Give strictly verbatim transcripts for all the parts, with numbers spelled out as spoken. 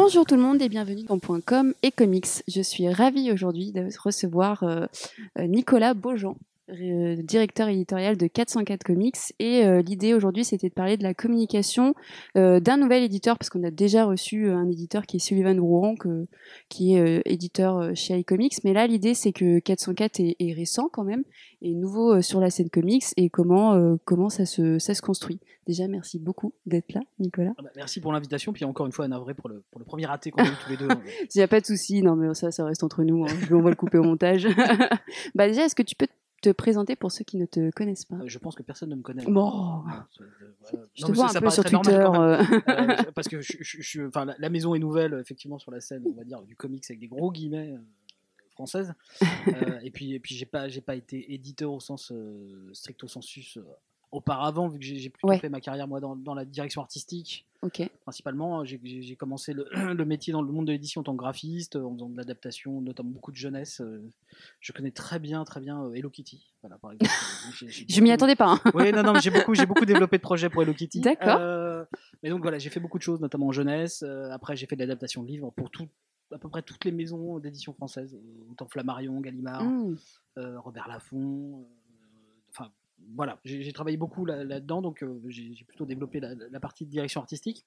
Bonjour tout le monde et bienvenue dans Point .com et Comics. Je suis ravie aujourd'hui de recevoir euh, Nicolas Beaujean, euh, directeur éditorial de quatre cent quatre Comics. Et euh, l'idée aujourd'hui, c'était de parler de la communication euh, d'un nouvel éditeur, parce qu'on a déjà reçu un éditeur qui est Sullivan Rouran, que, qui est euh, éditeur chez iComics. Mais là, l'idée, c'est que quatre cent quatre est, est récent quand même, et nouveau euh, sur la scène comics, et comment, euh, comment ça, se, ça se construit. Déjà, merci beaucoup d'être là, Nicolas. Ah bah, merci pour l'invitation, puis encore une fois, navré pour le, pour le premier raté qu'on a eu tous les deux. Hein. Il n'y a pas de souci, non mais ça, ça reste entre nous, hein. On va le couper au montage. Bah déjà, est-ce que tu peux te présenter pour ceux qui ne te connaissent pas? Euh, je pense que personne ne me connaît. Bon, Euh, voilà. je Non, te mais vois ça, un ça peu sur paraît très Twitter. normal euh. quand même. Euh, parce que je, je, je, enfin, la, la maison est nouvelle, effectivement, sur la scène, on va dire, du comics avec des gros guillemets euh, françaises. Euh, et puis, et puis j'ai pas, j'ai pas été éditeur au sens euh, stricto sensus euh, auparavant, vu que j'ai, j'ai plutôt Ouais. fait ma carrière moi dans, dans la direction artistique. Ok. Principalement, j'ai, j'ai, j'ai commencé le, le métier dans le monde de l'édition en tant que graphiste, en faisant de l'adaptation, notamment beaucoup de jeunesse. Euh, je connais très bien, très bien euh, Hello Kitty, voilà, par exemple. J'ai, j'ai Je beaucoup... m'y attendais pas. Hein. Oui, non, non, mais j'ai beaucoup, j'ai beaucoup développé de projets pour Hello Kitty. D'accord. Euh, mais donc voilà, j'ai fait beaucoup de choses, notamment en jeunesse. Euh, après, j'ai fait de l'adaptation de livres pour tout, à peu près toutes les maisons d'édition françaises, euh, autant Flammarion, Gallimard, Mmh. euh, Robert Laffont. euh, Enfin, voilà, j'ai, j'ai travaillé beaucoup là, là-dedans, donc euh, j'ai, j'ai plutôt développé la, la partie de direction artistique.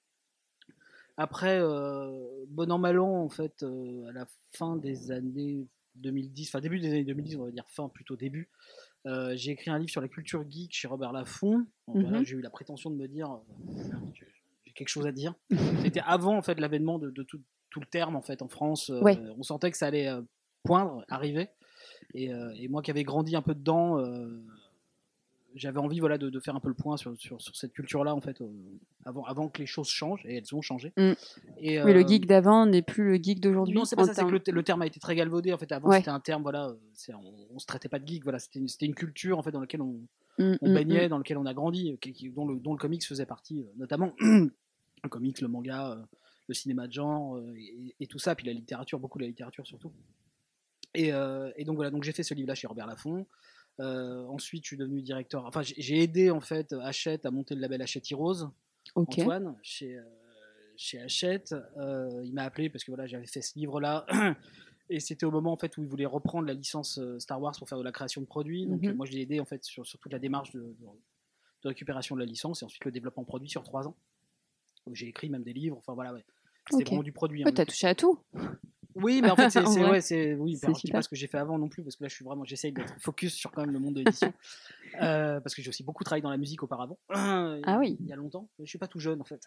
Après, euh, bon an, mal an, en fait, euh, à la fin des années deux mille dix, enfin début des années deux mille dix, on va dire fin, plutôt début, euh, j'ai écrit un livre sur la culture geek chez Robert Laffont. Bon, Mm-hmm. voilà, j'ai eu la prétention de me dire, euh, j'ai quelque chose à dire. C'était avant, en fait, l'avènement de, de tout, tout, le terme, en fait, en France. Euh, Ouais. On sentait que ça allait euh, poindre, arriver. Et, euh, et moi qui avais grandi un peu dedans, euh, j'avais envie, voilà, de, de faire un peu le point sur, sur, sur cette culture-là, en fait, euh, avant, avant que les choses changent, et elles ont changé. Mm. Et, oui, euh, le geek d'avant n'est plus le geek d'aujourd'hui. Non, c'est pas ça, termes... c'est que le, le, terme a été très galvaudé. En fait, avant, ouais. c'était un terme, voilà, c'est, on, on se traitait pas de geek, voilà, c'était une, c'était une culture, en fait, dans laquelle on, mm, on baignait, mm, dans laquelle on a grandi, qui, qui, dont, le, dont le comics faisait partie, euh, notamment le comics, le manga, euh, le cinéma de genre, euh, et, et tout ça, puis la littérature, beaucoup de la littérature surtout. Et, euh, et donc voilà, donc j'ai fait ce livre-là chez Robert Laffont. Euh, ensuite, je suis devenu directeur. Enfin, j'ai, j'ai aidé en fait Hachette à monter le label Hachette Heroes. Okay. Antoine, chez, euh, chez Hachette. Euh, il m'a appelé parce que voilà, j'avais fait ce livre-là. Et c'était au moment en fait où il voulait reprendre la licence Star Wars pour faire de la création de produits. Donc mm-hmm. euh, moi, je l'ai aidé en fait sur, sur toute la démarche de, de, de récupération de la licence et ensuite le développement produit sur trois ans. Donc j'ai écrit même des livres. Enfin voilà, ouais. C'était okay. vraiment du produit. Ouais, hein, t'as touché à tout. Oui, mais en fait, c'est, c'est, ouais, c'est, oui, c'est je dis pas ce que j'ai fait avant non plus, parce que là, je suis vraiment, j'essaye d'être focus sur quand même le monde de l'édition, euh, parce que j'ai aussi beaucoup travaillé dans la musique auparavant. Euh, ah oui. Il y a longtemps. Je suis pas tout jeune en fait.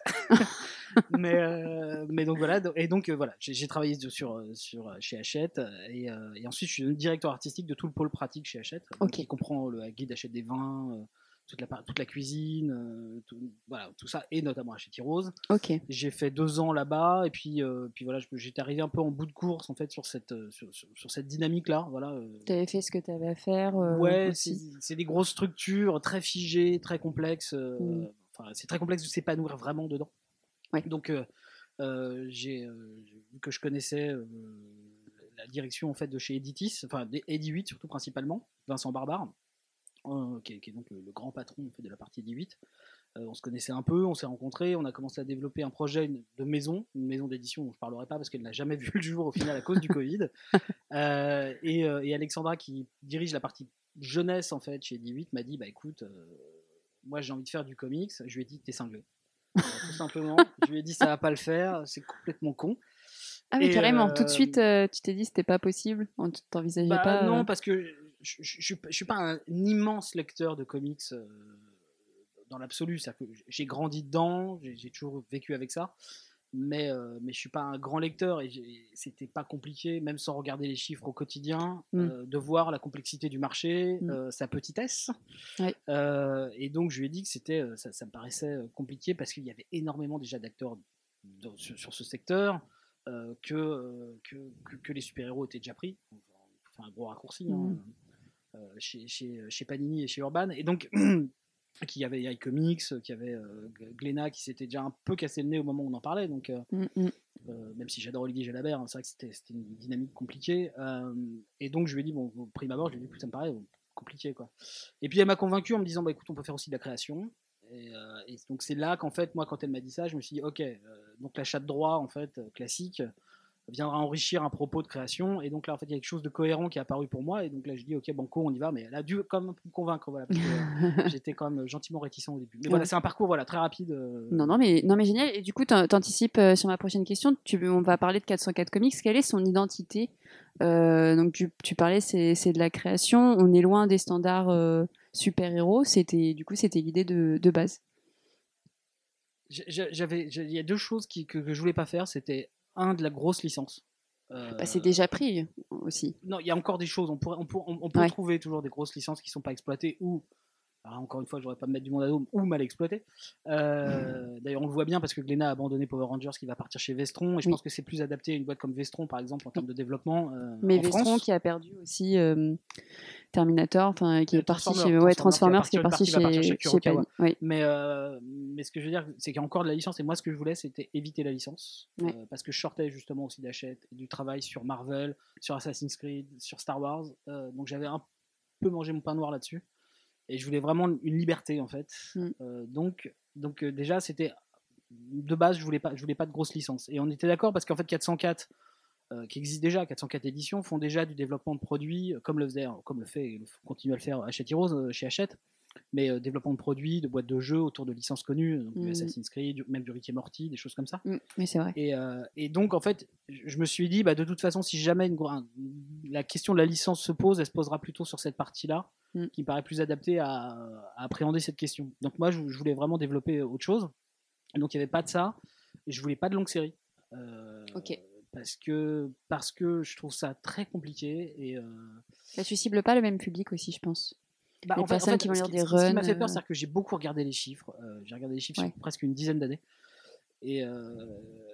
mais, euh, mais donc voilà, et donc euh, voilà, j'ai, j'ai travaillé sur, sur chez Hachette, et, euh, et ensuite, je suis directeur artistique de tout le pôle pratique chez Hachette, okay. qui comprend le guide Hachette des vins. Euh, Toute la, toute la cuisine, euh, tout, voilà, tout ça, et notamment à Hachette Heroes. Okay. J'ai fait deux ans là-bas, et puis, euh, puis voilà, j'étais arrivé un peu en bout de course en fait sur cette, sur, sur, sur cette dynamique-là. Voilà. Euh. Tu avais fait ce que tu avais à faire. Euh, ouais, aussi. c'est, c'est des grosses structures très figées, très complexes. Euh, mm. Enfin, c'est très complexe de s'épanouir vraiment dedans. Ouais. Donc, euh, euh, j'ai vu que je connaissais euh, la direction en fait de chez Editis, enfin Edi huit surtout principalement, Vincent Barbare. Euh, qui, est, qui est donc le, le grand patron en fait, de la partie Edi huit. Euh, on se connaissait un peu, on s'est rencontrés, on a commencé à développer un projet de maison, une maison d'édition dont je ne parlerai pas parce qu'elle n'a jamais vu le jour au final à cause du Covid. Euh, et, euh, et Alexandra qui dirige la partie jeunesse en fait chez Edi huit m'a dit bah écoute, euh, moi j'ai envie de faire du comics. Je lui ai dit t'es cinglé. Alors, tout simplement, je lui ai dit ça va pas le faire, c'est complètement con. Ah oui, et carrément, euh, tout de suite euh, tu t'es dit c'était pas possible, on t'envisageait bah, pas. Non, euh... parce que je, je, je, je suis pas un immense lecteur de comics euh, dans l'absolu, que j'ai grandi dedans, j'ai, j'ai toujours vécu avec ça, mais, euh, mais je suis pas un grand lecteur et c'était pas compliqué, même sans regarder les chiffres au quotidien, mm. euh, de voir la complexité du marché, mm. euh, sa petitesse. Ouais. Euh, et donc je lui ai dit que c'était, ça, ça me paraissait compliqué parce qu'il y avait énormément déjà d'acteurs dans, sur, sur ce secteur, euh, que, euh, que, que, que les super-héros étaient déjà pris. On fait un gros raccourci. Mm. Hein. Euh, chez, chez, chez Panini et chez Urban, et donc qu'il y avait iComics, qu'il y avait euh, Glénat qui s'était déjà un peu cassé le nez au moment où on en parlait, donc euh, mm-hmm. euh, même si j'adore Olivier Jalabert, hein, c'est vrai que c'était, c'était une dynamique compliquée, euh, et donc je lui ai dit, bon, au prime abord, je lui ai dit, écoute, ça me paraît bon, compliqué, quoi. Et puis elle m'a convaincu en me disant, bah écoute, on peut faire aussi de la création, Et, euh, et donc c'est là qu'en fait, moi, quand elle m'a dit ça, je me suis dit, ok, euh, donc l'achat de droit, en fait, euh, classique, viendra enrichir un propos de création. Et donc là, en fait, il y a quelque chose de cohérent qui est apparu pour moi. Et donc là, je dis, ok, banco, on y va. Mais elle a dû quand même me convaincre, voilà, parce que euh, j'étais quand même gentiment réticent au début. Mais voilà, Ouais. c'est un parcours, voilà, très rapide. euh, Non, non, mais, non, mais génial. Et du coup, t'an- t'anticipes euh, sur ma prochaine question. Tu, on va parler de quatre cent quatre Comics. Quelle est son identité? Euh, donc, tu, tu parlais, c'est, c'est de la création. On est loin des standards euh, super-héros. C'était, du coup, c'était l'idée de, de base. J'ai- J'avais, j'ai- il y a deux choses qui, que, que je voulais pas faire. C'était un, de la grosse licence. Bah, c'est Euh, déjà pris aussi. non, il y a encore des choses. On, pourrait, on, pour- on- on peut Ouais. trouver toujours des grosses licences qui sont pas exploitées ou, alors, encore une fois, je voudrais pas me mettre du monde à dos, ou mal exploitées. Euh, D'ailleurs, on le voit bien parce que Glénat a abandonné Power Rangers, qui va partir chez Vestron. Et je Oui. pense que c'est plus adapté à une boîte comme Vestron, par exemple, en Oui. termes de développement euh, Mais en Vestron France. qui a perdu aussi euh, Terminator, enfin qui Euh, est parti Transformers, chez ouais, Transformers Transformers qui est une parti partie va partir chez chez chez Kurokawa. Panini. Oui. Mais, euh, mais ce que je veux dire, c'est qu'il y a encore de la licence. Et moi, ce que je voulais, c'était éviter la licence. Ouais. Euh, parce que je sortais justement aussi d'Hachette et du travail sur Marvel, sur Assassin's Creed, sur Star Wars. Euh, donc j'avais un peu mangé mon pain noir là-dessus. Et je voulais vraiment une liberté, en fait. Mm. Euh, donc, donc euh, déjà, c'était. De base, je voulais pas, je voulais pas de grosse licence. Et on était d'accord parce qu'en fait, quatre cent quatre, euh, qui existe déjà, quatre cent quatre éditions, font déjà du développement de produits, comme le faisait, comme le fait, et continue à le faire Hachette Heroes euh, chez Hachette, mais euh, développement de produits, de boîtes de jeux autour de licences connues, donc du Mm. Assassin's Creed, du- même du Rick et Morty, des choses comme ça. Mm. Oui, c'est vrai. Et, euh, et donc, en fait, je me suis dit, bah, de toute façon, si jamais une, un- la question de la licence se pose, elle se posera plutôt sur cette partie-là, Mm. qui me paraît plus adaptée à, à appréhender cette question. Donc, moi, je, je voulais vraiment développer autre chose. Donc, il n'y avait pas de ça. Et je voulais pas de longue série. Euh, Ok. Parce que, parce que je trouve ça très compliqué. Et, euh, Là, tu cibles pas le même public aussi, je pense. bah, Les en fait, en personnes fait, qui vont ce lire qui, des ce qui- ce qui runs. m'a fait peur, euh, c'est que j'ai beaucoup regardé les chiffres. Euh, j'ai regardé les chiffres Ouais. sur presque une dizaine d'années. Et, euh,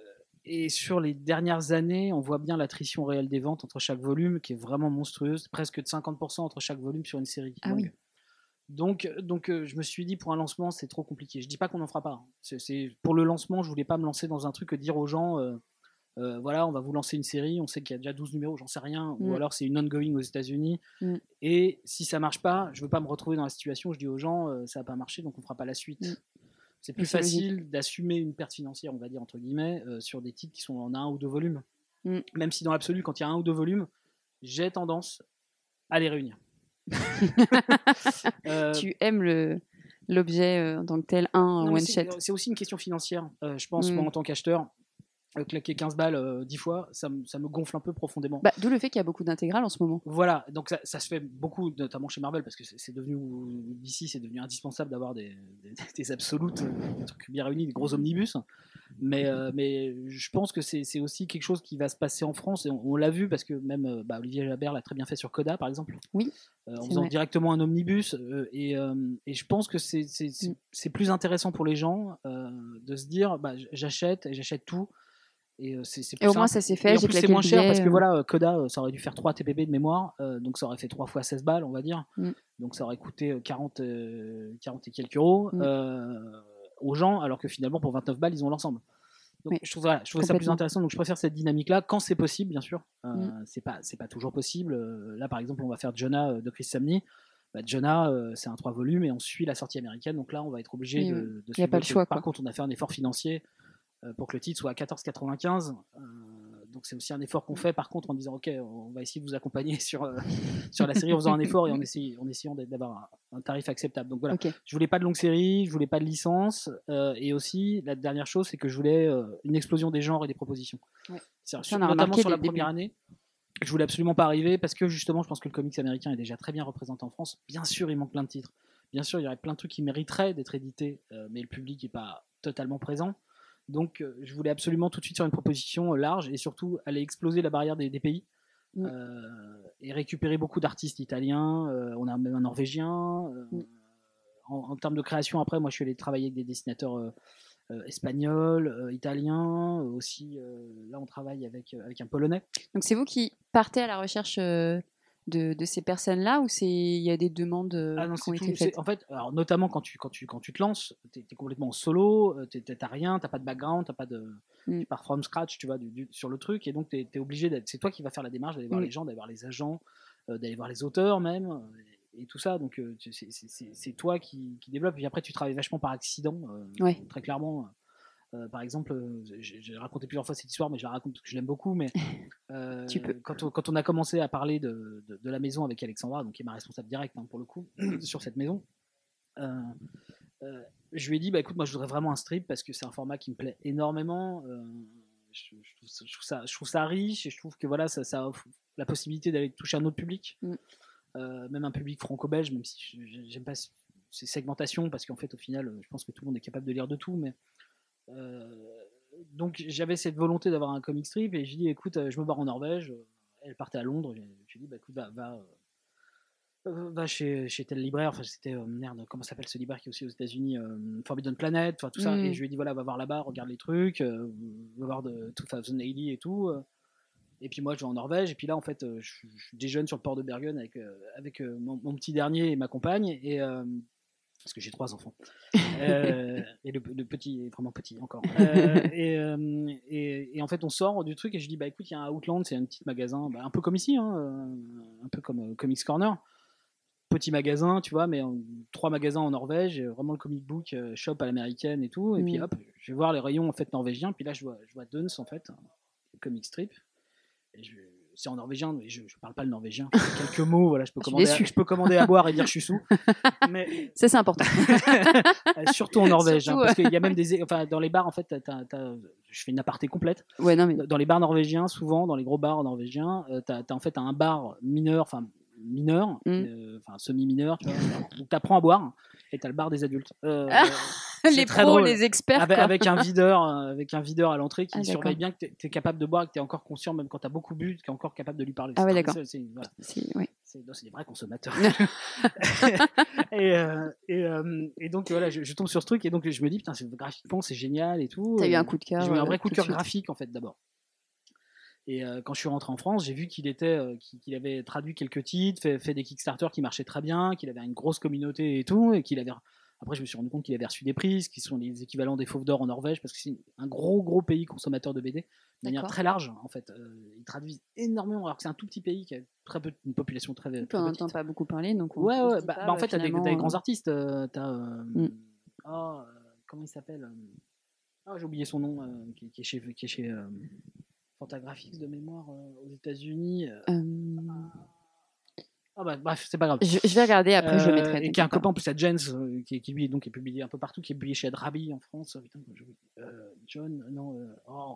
et sur les dernières années, on voit bien l'attrition réelle des ventes entre chaque volume, qui est vraiment monstrueuse, presque de cinquante pour cent entre chaque volume sur une série Ah longue. oui. Donc, donc euh, je me suis dit, pour un lancement, c'est trop compliqué. Je dis pas qu'on n'en fera pas. Hein. C'est, c'est- pour le lancement, je voulais pas me lancer dans un truc, dire aux gens, euh, euh, voilà, on va vous lancer une série, on sait qu'il y a déjà douze numéros, j'en sais rien, Mm. ou alors c'est une ongoing aux États-Unis. Mm. Et si ça marche pas, je veux pas me retrouver dans la situation où je dis aux gens, euh, ça va pas marcher, donc on fera pas la suite. Mm. C'est Mais plus c'est logique. facile d'assumer une perte financière, on va dire entre guillemets, euh, sur des titres qui sont en un ou deux volumes. Mm. Même si dans l'absolu, quand il y a un ou deux volumes, j'ai tendance à les réunir. Euh, Tu aimes le l'objet euh, en tant que tel, un non, mais one c'est, shot. c'est aussi une question financière. Euh, je pense, Mm. moi, en tant qu'acheteur, euh, claquer quinze balles euh, dix fois, ça, me- ça me gonfle un peu profondément. Bah, d'où le fait qu'il y a beaucoup d'intégrales en ce moment. Voilà, donc ça, ça se fait beaucoup, notamment chez Marvel, parce que c'est, c'est devenu, d'ici, c'est devenu indispensable d'avoir des, des, des absolutes, des trucs bien réunis, des gros omnibus. Mais, euh, mais je pense que c'est, c'est aussi quelque chose qui va se passer en France, et on, on l'a vu, parce que même euh, bah, Olivier Jabert l'a très bien fait sur Coda, par exemple, Oui, euh, en c'est faisant vrai. directement un omnibus. Euh, et, euh, et je pense que c'est, c'est, c'est, Mm. c'est plus intéressant pour les gens euh, de se dire, bah, j'achète, et j'achète tout. Et euh, c'est, c'est Et plus au moins, simple. ça s'est Et fait, en j'ai plus, c'est claqué le moins cher parce billet. que euh, voilà, euh, Coda, euh, ça aurait dû faire trois T P B de mémoire, euh, donc ça aurait fait trois fois seize balles, on va dire. Mm. Donc ça aurait coûté euh, quarante, euh, quarante et quelques euros Mm. euh, aux gens, alors que finalement, pour vingt-neuf balles, ils ont l'ensemble. Donc Oui, je trouve, voilà, je trouve ça plus complètement. intéressant. Donc je préfère cette dynamique-là quand c'est possible, bien sûr. Euh, Mm. c'est pas, c'est pas toujours possible. Euh, là, par exemple, on va faire Jonah euh, de Chris Samney. Bah, Jonah, euh, c'est un trois volumes et on suit la sortie américaine. Donc là, on va être obligé Oui, de, oui. de Il n'y a suivre pas le le truc. choix, Par quoi. contre, on a fait un effort financier euh, pour que le titre soit à quatorze quatre-vingt-quinze. Euh, donc c'est aussi un effort qu'on fait par contre en disant ok, on va essayer de vous accompagner sur, euh, sur la série en faisant un effort et en essayant, en essayant d'avoir un, un tarif acceptable. Donc voilà, Ok. je voulais pas de longue série, je voulais pas de licence euh, et aussi la dernière chose c'est que je voulais euh, une explosion des genres et des propositions. Ouais. C'est-à-dire, Ça, sur- on a notamment remarqué sur dès la le début. première année. Je voulais absolument pas arriver parce que justement je pense que le comics américain est déjà très bien représenté en France. Bien sûr il manque plein de titres, bien sûr il y aurait plein de trucs qui mériteraient d'être édités euh, mais le public n'est pas totalement présent. Donc euh, je voulais absolument tout de suite faire une proposition euh, large et surtout aller exploser la barrière des, des pays Mm. euh, et récupérer beaucoup d'artistes italiens. Euh, on a même un norvégien. Euh, Mm. en, en termes de création après moi je suis allé travailler avec des dessinateurs euh, euh, espagnols, euh, italiens, euh, aussi euh, là on travaille avec, euh, avec un polonais. Donc, c'est vous qui partez à la recherche euh, de, de ces personnes-là ou c'est il y a des demandes euh, Ah non, qui c'est ont tout. été C'est, faites? en fait, alors notamment quand tu, quand tu, quand tu te lances, t'es, t'es complètement en solo, euh, t'es- t'as rien, t'as pas de background, t'as pas de, Mm. tu pars from scratch, tu vois, du, du- sur le truc, et donc t'es, t'es obligé d'être, c'est toi qui vas faire la démarche d'aller voir Mm. les gens, d'aller voir les agents, euh, d'aller voir les auteurs même. et tout ça. Donc, euh, c'est, c'est, c'est, c'est toi qui, qui développe. Et après, tu travailles vachement par accident, euh, Ouais. très clairement. Euh, par exemple, euh, j'ai, j'ai raconté plusieurs fois cette histoire, mais je la raconte parce que je l'aime beaucoup. Mais euh, Tu peux. quand, on, quand on a commencé à parler de, de, de la maison avec Alexandra, donc qui est ma responsable directe hein, pour le coup, sur cette maison, euh, euh, je lui ai dit, bah écoute, moi je voudrais vraiment un strip parce que c'est un format qui me plaît énormément. Euh, je, je, trouve ça, je, trouve ça, je trouve ça riche et je trouve que voilà, ça, ça offre la possibilité d'aller toucher un autre public, mm. euh, même un public franco-belge, même si je, j'aime pas ces segmentations parce qu'en fait, au final, je pense que tout le monde est capable de lire de tout, mais euh, donc j'avais cette volonté d'avoir un comic strip et j'ai dit, écoute, je me barre en Norvège. Elle partait à Londres. J'ai, j'ai dit, bah écoute, va. va Euh, va chez, chez tel libraire, enfin c'était euh, merde, comment s'appelle ce libraire qui est aussi aux États-Unis, euh, Forbidden Planet, enfin tout ça. Mm. Et je lui ai dit voilà, va voir là-bas, regarde les trucs, euh, va voir de deux mille quatre et tout. Euh, et puis moi je vais en Norvège, et puis là en fait euh, je, je déjeune sur le port de Bergen avec, euh, avec euh, mon, mon petit dernier et ma compagne, et euh, parce que j'ai trois enfants. euh, et le, le petit est vraiment petit encore. Euh, et, euh, et, et en fait, on sort du truc et je dis bah écoute, il y a un Outland, c'est un petit magasin, bah, un peu comme ici, hein, euh, un peu comme euh, Comics Corner. Petit magasin, tu vois, mais en, trois magasins en Norvège, vraiment le comic book euh, shop à l'américaine et tout. Et mmh. puis hop, je vais voir les rayons en fait norvégiens. Puis là, je vois, je vois Duns en fait, le comic strip. Et je, c'est en norvégien, mais je, je parle pas le norvégien. Quelques mots, voilà, je peux commander, à, je peux commander à boire et dire je suis sous. Mais ça c'est important. Surtout en Norvège, Surtout, hein, parce qu'il y a même des, enfin dans les bars en fait, t'as, t'as, t'as, je fais une aparté complète. Ouais, non mais dans les bars norvégiens, souvent dans les gros bars norvégiens, t'as, t'as en fait un bar mineur, enfin mineur, enfin mm. euh, semi-mineur, tu vois, où t'apprends à boire et t'as le bar des adultes. Euh, les pros, drôle. Les experts, avec, avec un videur, avec un videur à l'entrée qui ah, surveille bien que t'es, t'es capable de boire, que t'es encore conscient même quand t'as beaucoup bu, que t'es encore capable de lui parler. Ah c'est ouais, d'accord. C'est, c'est, voilà. c'est, ouais. c'est, non, c'est des vrais consommateurs. et, euh, et, euh, et donc voilà, je, je tombe sur ce truc et donc je me dis putain, c'est, graphiquement c'est génial et tout. T'as eu un coup de cœur. J'ai eu un vrai coup de cœur graphique en fait d'abord. Et euh, quand je suis rentré en France, j'ai vu qu'il était, euh, qu'il avait traduit quelques titres, fait, fait des Kickstarter qui marchaient très bien, qu'il avait une grosse communauté et tout, et qu'il avait. Après, je me suis rendu compte qu'il avait reçu des prix, qui sont les équivalents des Fauves d'Or en Norvège, parce que c'est un gros, gros pays consommateur de B D, de manière très large, en fait. Euh, ils traduisent énormément, alors que c'est un tout petit pays qui a très peu, une population très, très petite. On n'entend pas beaucoup parler, donc. On ouais, ouais. Bah, pas, bah, en fait, finalement... t'as des, des grands artistes. Euh, t'as. Euh, mm. Oh, euh, comment il s'appelle oh, j'ai oublié son nom, euh, qui, qui est chez. Qui est chez euh, Fantagraphics de mémoire euh, aux États-Unis. Euh... Um... Ah bah, bref, c'est pas grave. Je, je vais regarder, après euh, je le mettrai. Et qui a un copain en plus à Jens, euh, qui, qui lui donc, est publié un peu partout, qui est publié chez Adrabi en France. Putain, euh, John, non. Euh, oh.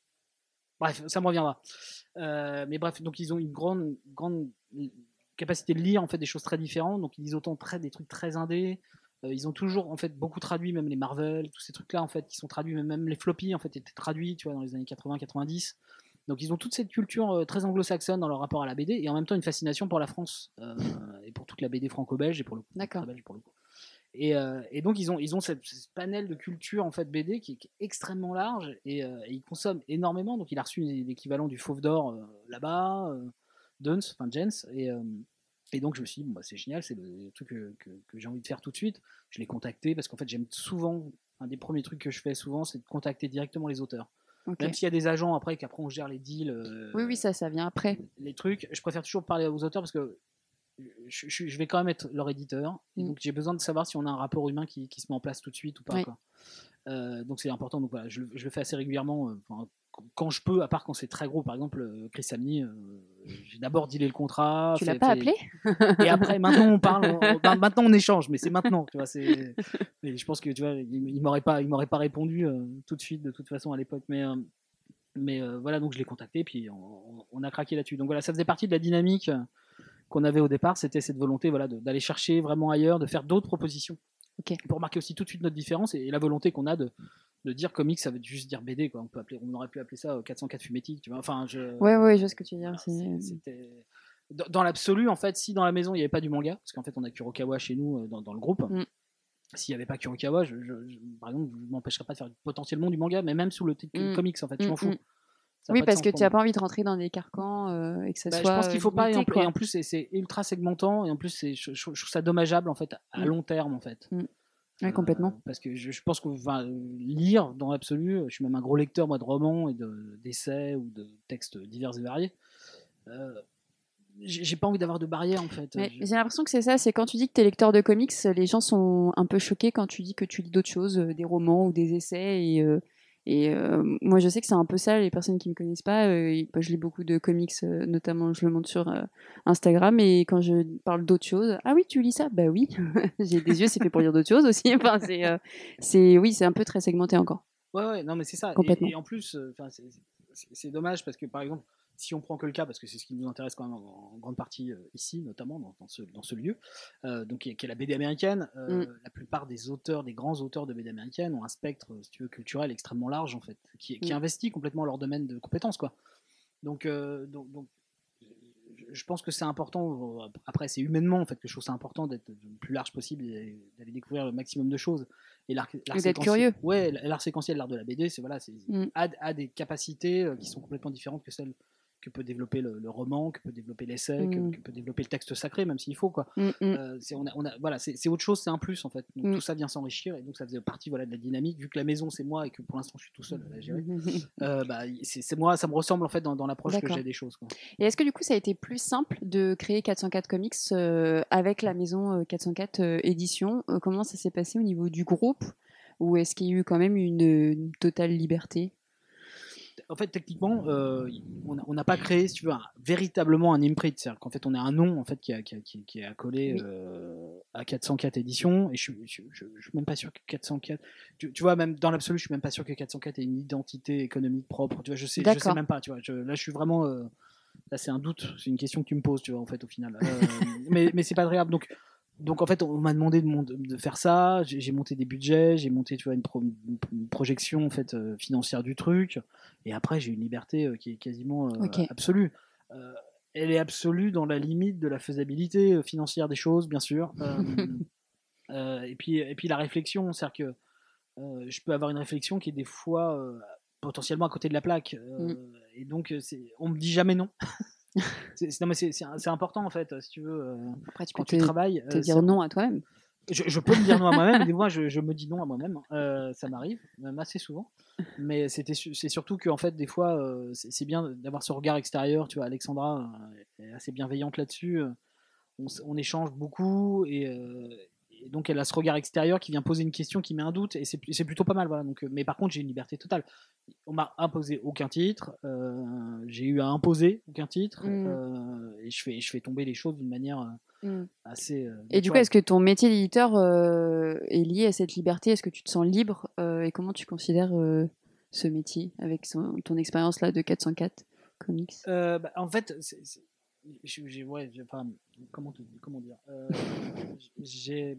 Bref, ça me reviendra. Euh, mais bref, donc ils ont une grande, grande capacité de lire en fait des choses très différentes. Donc ils lisent autant très, des trucs très indés. Euh, ils ont toujours en fait beaucoup traduit, même les Marvel, tous ces trucs-là en fait, qui sont traduits, même, même les floppies en fait étaient traduits, tu vois, dans les années quatre-vingts quatre-vingt-dix. Donc ils ont toute cette culture euh, très anglo-saxonne dans leur rapport à la B D et en même temps une fascination pour la France euh, et pour toute la B D franco-belge et pour le coup, D'accord. Belge pour le coup. Et, euh, et donc ils ont ils ont cette, ce panel de culture en fait B D qui est, qui est extrêmement large et, euh, et ils consomment énormément. Donc il a reçu l'équivalent du Fauve d'Or euh, là-bas, euh, Duns, enfin Jens et euh, Et donc je me suis dit, bon, bah, c'est génial, c'est le truc que, que, que j'ai envie de faire tout de suite. Je l'ai contacté parce qu'en fait j'aime souvent, un des premiers trucs que je fais souvent, c'est de contacter directement les auteurs. Okay. Même s'il y a des agents après, qu'après on gère les deals. Euh, oui, oui, ça, ça vient après. Les trucs, je préfère toujours parler aux auteurs parce que je, je, je vais quand même être leur éditeur. Et mm. donc j'ai besoin de savoir si on a un rapport humain qui, qui se met en place tout de suite ou pas. Oui. Quoi. Euh, donc c'est important. Donc voilà, je, je le fais assez régulièrement. Euh, quand je peux, à part quand c'est très gros, par exemple, Chris Samney, euh, j'ai d'abord dealé le contrat. Tu fait, l'as pas fait... appelé Et après, maintenant on parle, on, ben, maintenant on échange, mais c'est maintenant, tu vois. C'est... Et je pense que tu vois, il, il m'aurait pas, il m'aurait pas répondu euh, tout de suite, de toute façon à l'époque, mais. Euh, mais euh, voilà, donc je l'ai contacté, puis on, on a craqué là-dessus. Donc voilà, ça faisait partie de la dynamique qu'on avait au départ, c'était cette volonté, voilà, de, d'aller chercher vraiment ailleurs, de faire d'autres propositions, okay. pour marquer aussi tout de suite notre différence et, et la volonté qu'on a de de dire comics, ça veut juste dire B D, quoi. On peut appeler, on aurait pu appeler ça quatre cent quatre fumétique, tu vois. Enfin, je. Ouais, ouais, je vois ce que tu veux dire. Voilà, c'était dans, dans l'absolu, en fait, si dans la maison il n'y avait pas du manga, parce qu'en fait on a Kurokawa chez nous dans, dans le groupe. Mm. S'il n'y avait pas Kurokawa, je, je, je, par exemple, je ne m'empêcherais pas de faire potentiellement du manga, mais même sous le titre mm. comics, en fait, je m'en fous. Mm. Oui, parce que tu n'as pas envie de rentrer dans des carcans euh, et que ça bah, soit. Je pense qu'il ne faut limité, pas, et en, quoi. et en plus, c'est, c'est ultra segmentant, et en plus, c'est, je, je, je trouve ça dommageable, en fait, à mm. long terme, en fait. Mm. Oui, complètement. Euh, parce que je, je pense que enfin, lire, dans l'absolu, je suis même un gros lecteur, moi, de romans et de, d'essais ou de textes divers et variés. Euh, j'ai, j'ai pas envie d'avoir de barrière en fait. Mais Je- j'ai l'impression que c'est ça, c'est quand tu dis que tu es lecteur de comics, les gens sont un peu choqués quand tu dis que tu lis d'autres choses, euh, des romans ou des essais. Et, euh, et euh, moi, je sais que c'est un peu ça, les personnes qui me connaissent pas. Euh, et, bah, je lis beaucoup de comics, euh, notamment je le montre sur euh, Instagram. Et quand je parle d'autres choses, ah oui, tu lis ça? Bah oui, j'ai des yeux, c'est fait pour lire d'autres choses aussi. Enfin, c'est, euh, c'est, oui, c'est un peu très segmenté encore, Ouais, ouais, non, mais c'est ça. Et, complètement. et en plus, euh, 'fin, c'est, c'est- c'est dommage parce que, par exemple, si on prend que le cas, parce que c'est ce qui nous intéresse quand même en, en grande partie euh, ici, notamment dans, dans ce, dans ce lieu, euh, donc qui est, qui est la B D américaine, Mm, euh, la plupart des auteurs, des grands auteurs de B D américaine ont un spectre, euh, si tu veux, culturel extrêmement large, en fait, qui, qui mm, investit complètement leur domaine de compétences, quoi. Donc, euh, donc, donc, je pense que c'est important. euh, Après, c'est humainement en fait que je trouve ça important d'être le plus large possible et d'aller découvrir le maximum de choses. Et l'art, l'art et d'être séquentiel, curieux. ouais, l'art séquentiel, l'art de la B D, c'est voilà, c'est Mm, a, a des capacités euh, qui sont complètement différentes que celles que peut développer le, le roman, que peut développer l'essai, que, mm, que peut développer le texte sacré, même s'il faut quoi. mm, mm, Euh, c'est, on a, on a, voilà, c'est, c'est autre chose, c'est un plus en fait. Donc mm. tout ça vient s'enrichir et donc ça faisait partie voilà de la dynamique. Vu que la maison c'est moi et que pour l'instant je suis tout seul à la gérer, euh, bah, c'est, c'est moi, ça me ressemble en fait dans, dans l'approche que D'accord. j'ai des choses. Quoi. Et est-ce que du coup, ça a été plus simple de créer quatre cent quatre Comics euh, avec la maison euh, quatre cent quatre euh, Éditions? Euh, Comment ça s'est passé au niveau du groupe? Ou est-ce qu'il y a eu quand même une, une totale liberté? En fait, techniquement, euh, on n'a on n'a pas créé, si tu veux, un- véritablement un imprint. C'est-à-dire qu'en fait, on a un nom en fait qui, a- qui, a- qui, qui est accolé Oui, euh, à quatre cent quatre éditions. Et je, suis- je, je, je suis même pas sûr que quatre cent quatre. Tu, tu vois, même dans l'absolu, je suis même pas sûr que quatre cent quatre ait une identité économique propre. Tu vois, je sais, je sais d'accord. même pas. Tu vois, je- là, je suis vraiment. euh, là, c'est un doute. C'est une question que tu me poses, tu vois, en fait, au final. Euh, mais mais c'est pas très grave. Donc, donc en fait, on m'a demandé de, mon- de faire ça. J'ai j'ai monté des budgets, j'ai monté, tu vois, une, pro- une projection en fait euh, financière du truc. Et après, j'ai une liberté euh, qui est quasiment euh, Ok. absolue. Euh, Elle est absolue dans la limite de la faisabilité euh, financière des choses, bien sûr. Euh, euh, et puis, et puis la réflexion, c'est-à-dire que euh, je peux avoir une réflexion qui est des fois euh, potentiellement à côté de la plaque. Mm. Euh, et donc, euh, c'est, on me dit jamais non. C'est, c'est- non, mais c'est, c'est, c'est important en fait, si tu veux, euh, Après, tu peux quand tu te, travailles. te euh, c'est- dire non à toi-même. je, je peux me dire non à moi-même, et des fois je, je me dis non à moi-même. Euh, ça m'arrive, même assez souvent. Mais c'était, su- c'est surtout que en fait, des fois, euh, c'est, c'est bien d'avoir ce regard extérieur. Tu vois, Alexandra euh, est assez bienveillante là-dessus. euh, On, s- on échange beaucoup et, euh, et donc elle a ce regard extérieur qui vient poser une question qui met un doute et c'est, c'est plutôt pas mal. Voilà. Donc, euh, mais par contre, j'ai une liberté totale. On m'a imposé aucun titre, euh, j'ai eu à imposer aucun titre Mm, euh, et je fais, je fais tomber les choses d'une manière euh, mm. assez euh, Et du coup, naturelle. est-ce que ton métier d'éditeur euh, est lié à cette liberté? Est-ce que tu te sens libre? Euh, et comment tu considères euh, ce métier avec son- ton expérience là de quatre cent quatre Comics? Euh, bah, en fait, c'est, c'est, j'ai, j'ai- ouais, j'ai- enfin, comment, te- comment dire euh, j'ai,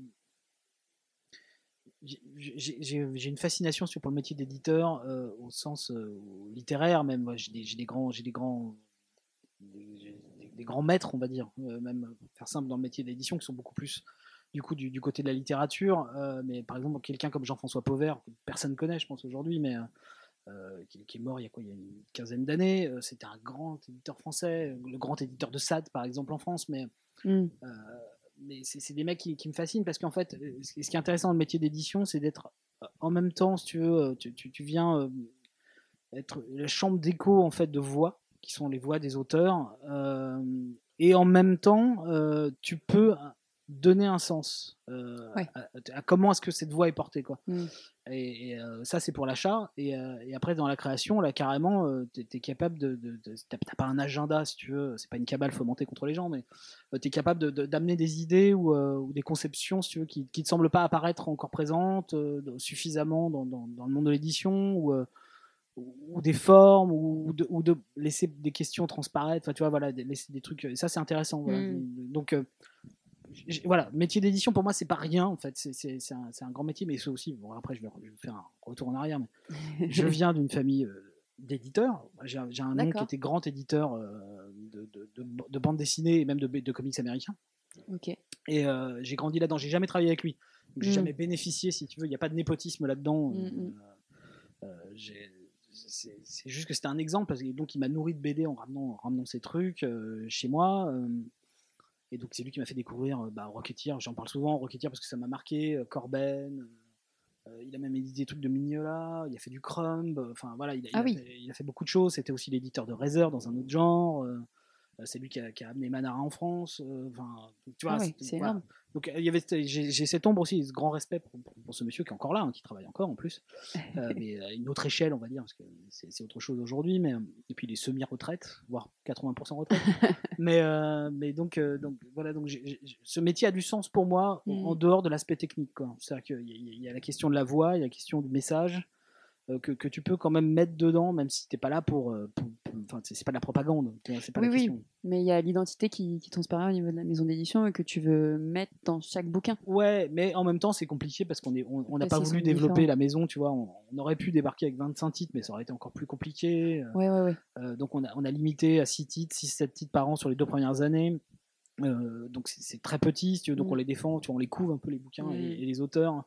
j'ai, j'ai, j'ai une fascination sur, pour le métier d'éditeur euh, au sens euh, littéraire même. Moi, j'ai, des, j'ai des grands, j'ai des grands, des, des- des grands maîtres, on va dire, euh, même pour faire simple dans le métier d'édition, qui sont beaucoup plus du coup du, du côté de la littérature. Euh, mais par exemple, quelqu'un comme Jean-François Pauvert, que personne ne connaît, je pense aujourd'hui, mais euh, qui, qui est mort il y a quoi, il y a une quinzaine d'années. Euh, c'était un grand éditeur français, le grand éditeur de Sade par exemple en France, mais Mm, euh, mais c'est, c'est des mecs qui, qui me fascinent parce qu'en fait, euh, ce qui ce qui est intéressant dans le métier d'édition, c'est d'être euh, en même temps, si tu veux, euh, tu, tu- tu viens euh, être la chambre d'écho en fait de voix, qui sont les voix des auteurs, euh, et en même temps, euh, tu peux donner un sens euh, ouais. à, à comment est-ce que cette voix est portée, quoi. Mm. Et, et, euh, ça, c'est pour l'achat. Et, euh, et après, dans la création, là, carrément, euh, tu es capable de. de, de t'as, t'as pas un agenda, si tu veux. C'est pas une cabale fomentée contre les gens, mais euh, tu es capable de, de, d'amener des idées ou, euh, ou des conceptions, si tu veux, qui, qui ne semblent pas apparaître encore présentes euh, suffisamment dans, dans, dans, le monde de l'édition ou, euh, ou des formes ou de, ou de laisser des questions transparaître. Enfin, tu vois, voilà, laisser des trucs. Et ça, c'est intéressant. Voilà. Mm. Donc. Euh, voilà, métier d'édition pour moi c'est pas rien en fait, c'est, c'est, c'est, un, c'est un grand métier, mais c'est aussi, bon après je vais, je vais faire un retour en arrière, mais je viens d'une famille euh, d'éditeurs, j'ai, j'ai un oncle qui D'accord. était grand éditeur euh, de, de, de, de bande dessinée et même de, de comics américains, Ok. et euh, j'ai grandi là-dedans, j'ai jamais travaillé avec lui, donc j'ai Mm, jamais bénéficié, si tu veux, il n'y a pas de népotisme là-dedans, mm, mm. euh, euh, j'ai, c'est, c'est juste que c'était un exemple, parce que donc il m'a nourri de B D en ramenant, en ramenant ces trucs euh, chez moi. Euh, et donc c'est lui qui m'a fait découvrir euh, bah, Rocketeer, j'en parle souvent, Rocketeer parce que ça m'a marqué, euh, Corben, euh, il a même édité des trucs de Mignola, il a fait du Crumb, enfin voilà, il a, Ah il, a oui. fait, il a fait beaucoup de choses, c'était aussi l'éditeur de Razer dans un autre genre. Euh, Euh, c'est lui qui a, qui a amené Manara en France. Euh, tu vois, ah ouais, c'est voilà. énorme. Donc il y avait, j'ai, j'ai cette ombre aussi, ce grand respect pour, pour, pour ce monsieur qui est encore là, hein, qui travaille encore en plus, euh, mais à une autre échelle, on va dire, parce que c'est, c'est autre chose aujourd'hui. Mais et puis il est semi-retraite, voire quatre-vingts pour cent retraite. mais euh, mais donc euh, donc voilà, donc j'ai, j'ai, ce métier a du sens pour moi mm. en, en dehors de l'aspect technique, quoi. C'est-à-dire qu'il y, y a la question de la voix, il y a la question du message. Euh, que, que tu peux quand même mettre dedans, même si t'es pas là pour, pour, pour enfin c'est, c'est pas de la propagande, c'est pas oui, la question. Oui, mais il y a l'identité qui, qui transparaît au niveau de la maison d'édition et que tu veux mettre dans chaque bouquin. Ouais, mais en même temps c'est compliqué parce qu'on est, on, on n'a pas voulu développer différents. La maison, tu vois, on, on aurait pu débarquer avec vingt-cinq titres, mais ça aurait été encore plus compliqué. Ouais, ouais, ouais. Euh, donc on a, on a limité à six titres, six sept titres par an sur les deux premières années. Euh, donc c'est, c'est très petit, si tu veux, donc mm. on les défend, tu vois, on les couvre un peu les bouquins mm. et, et les auteurs.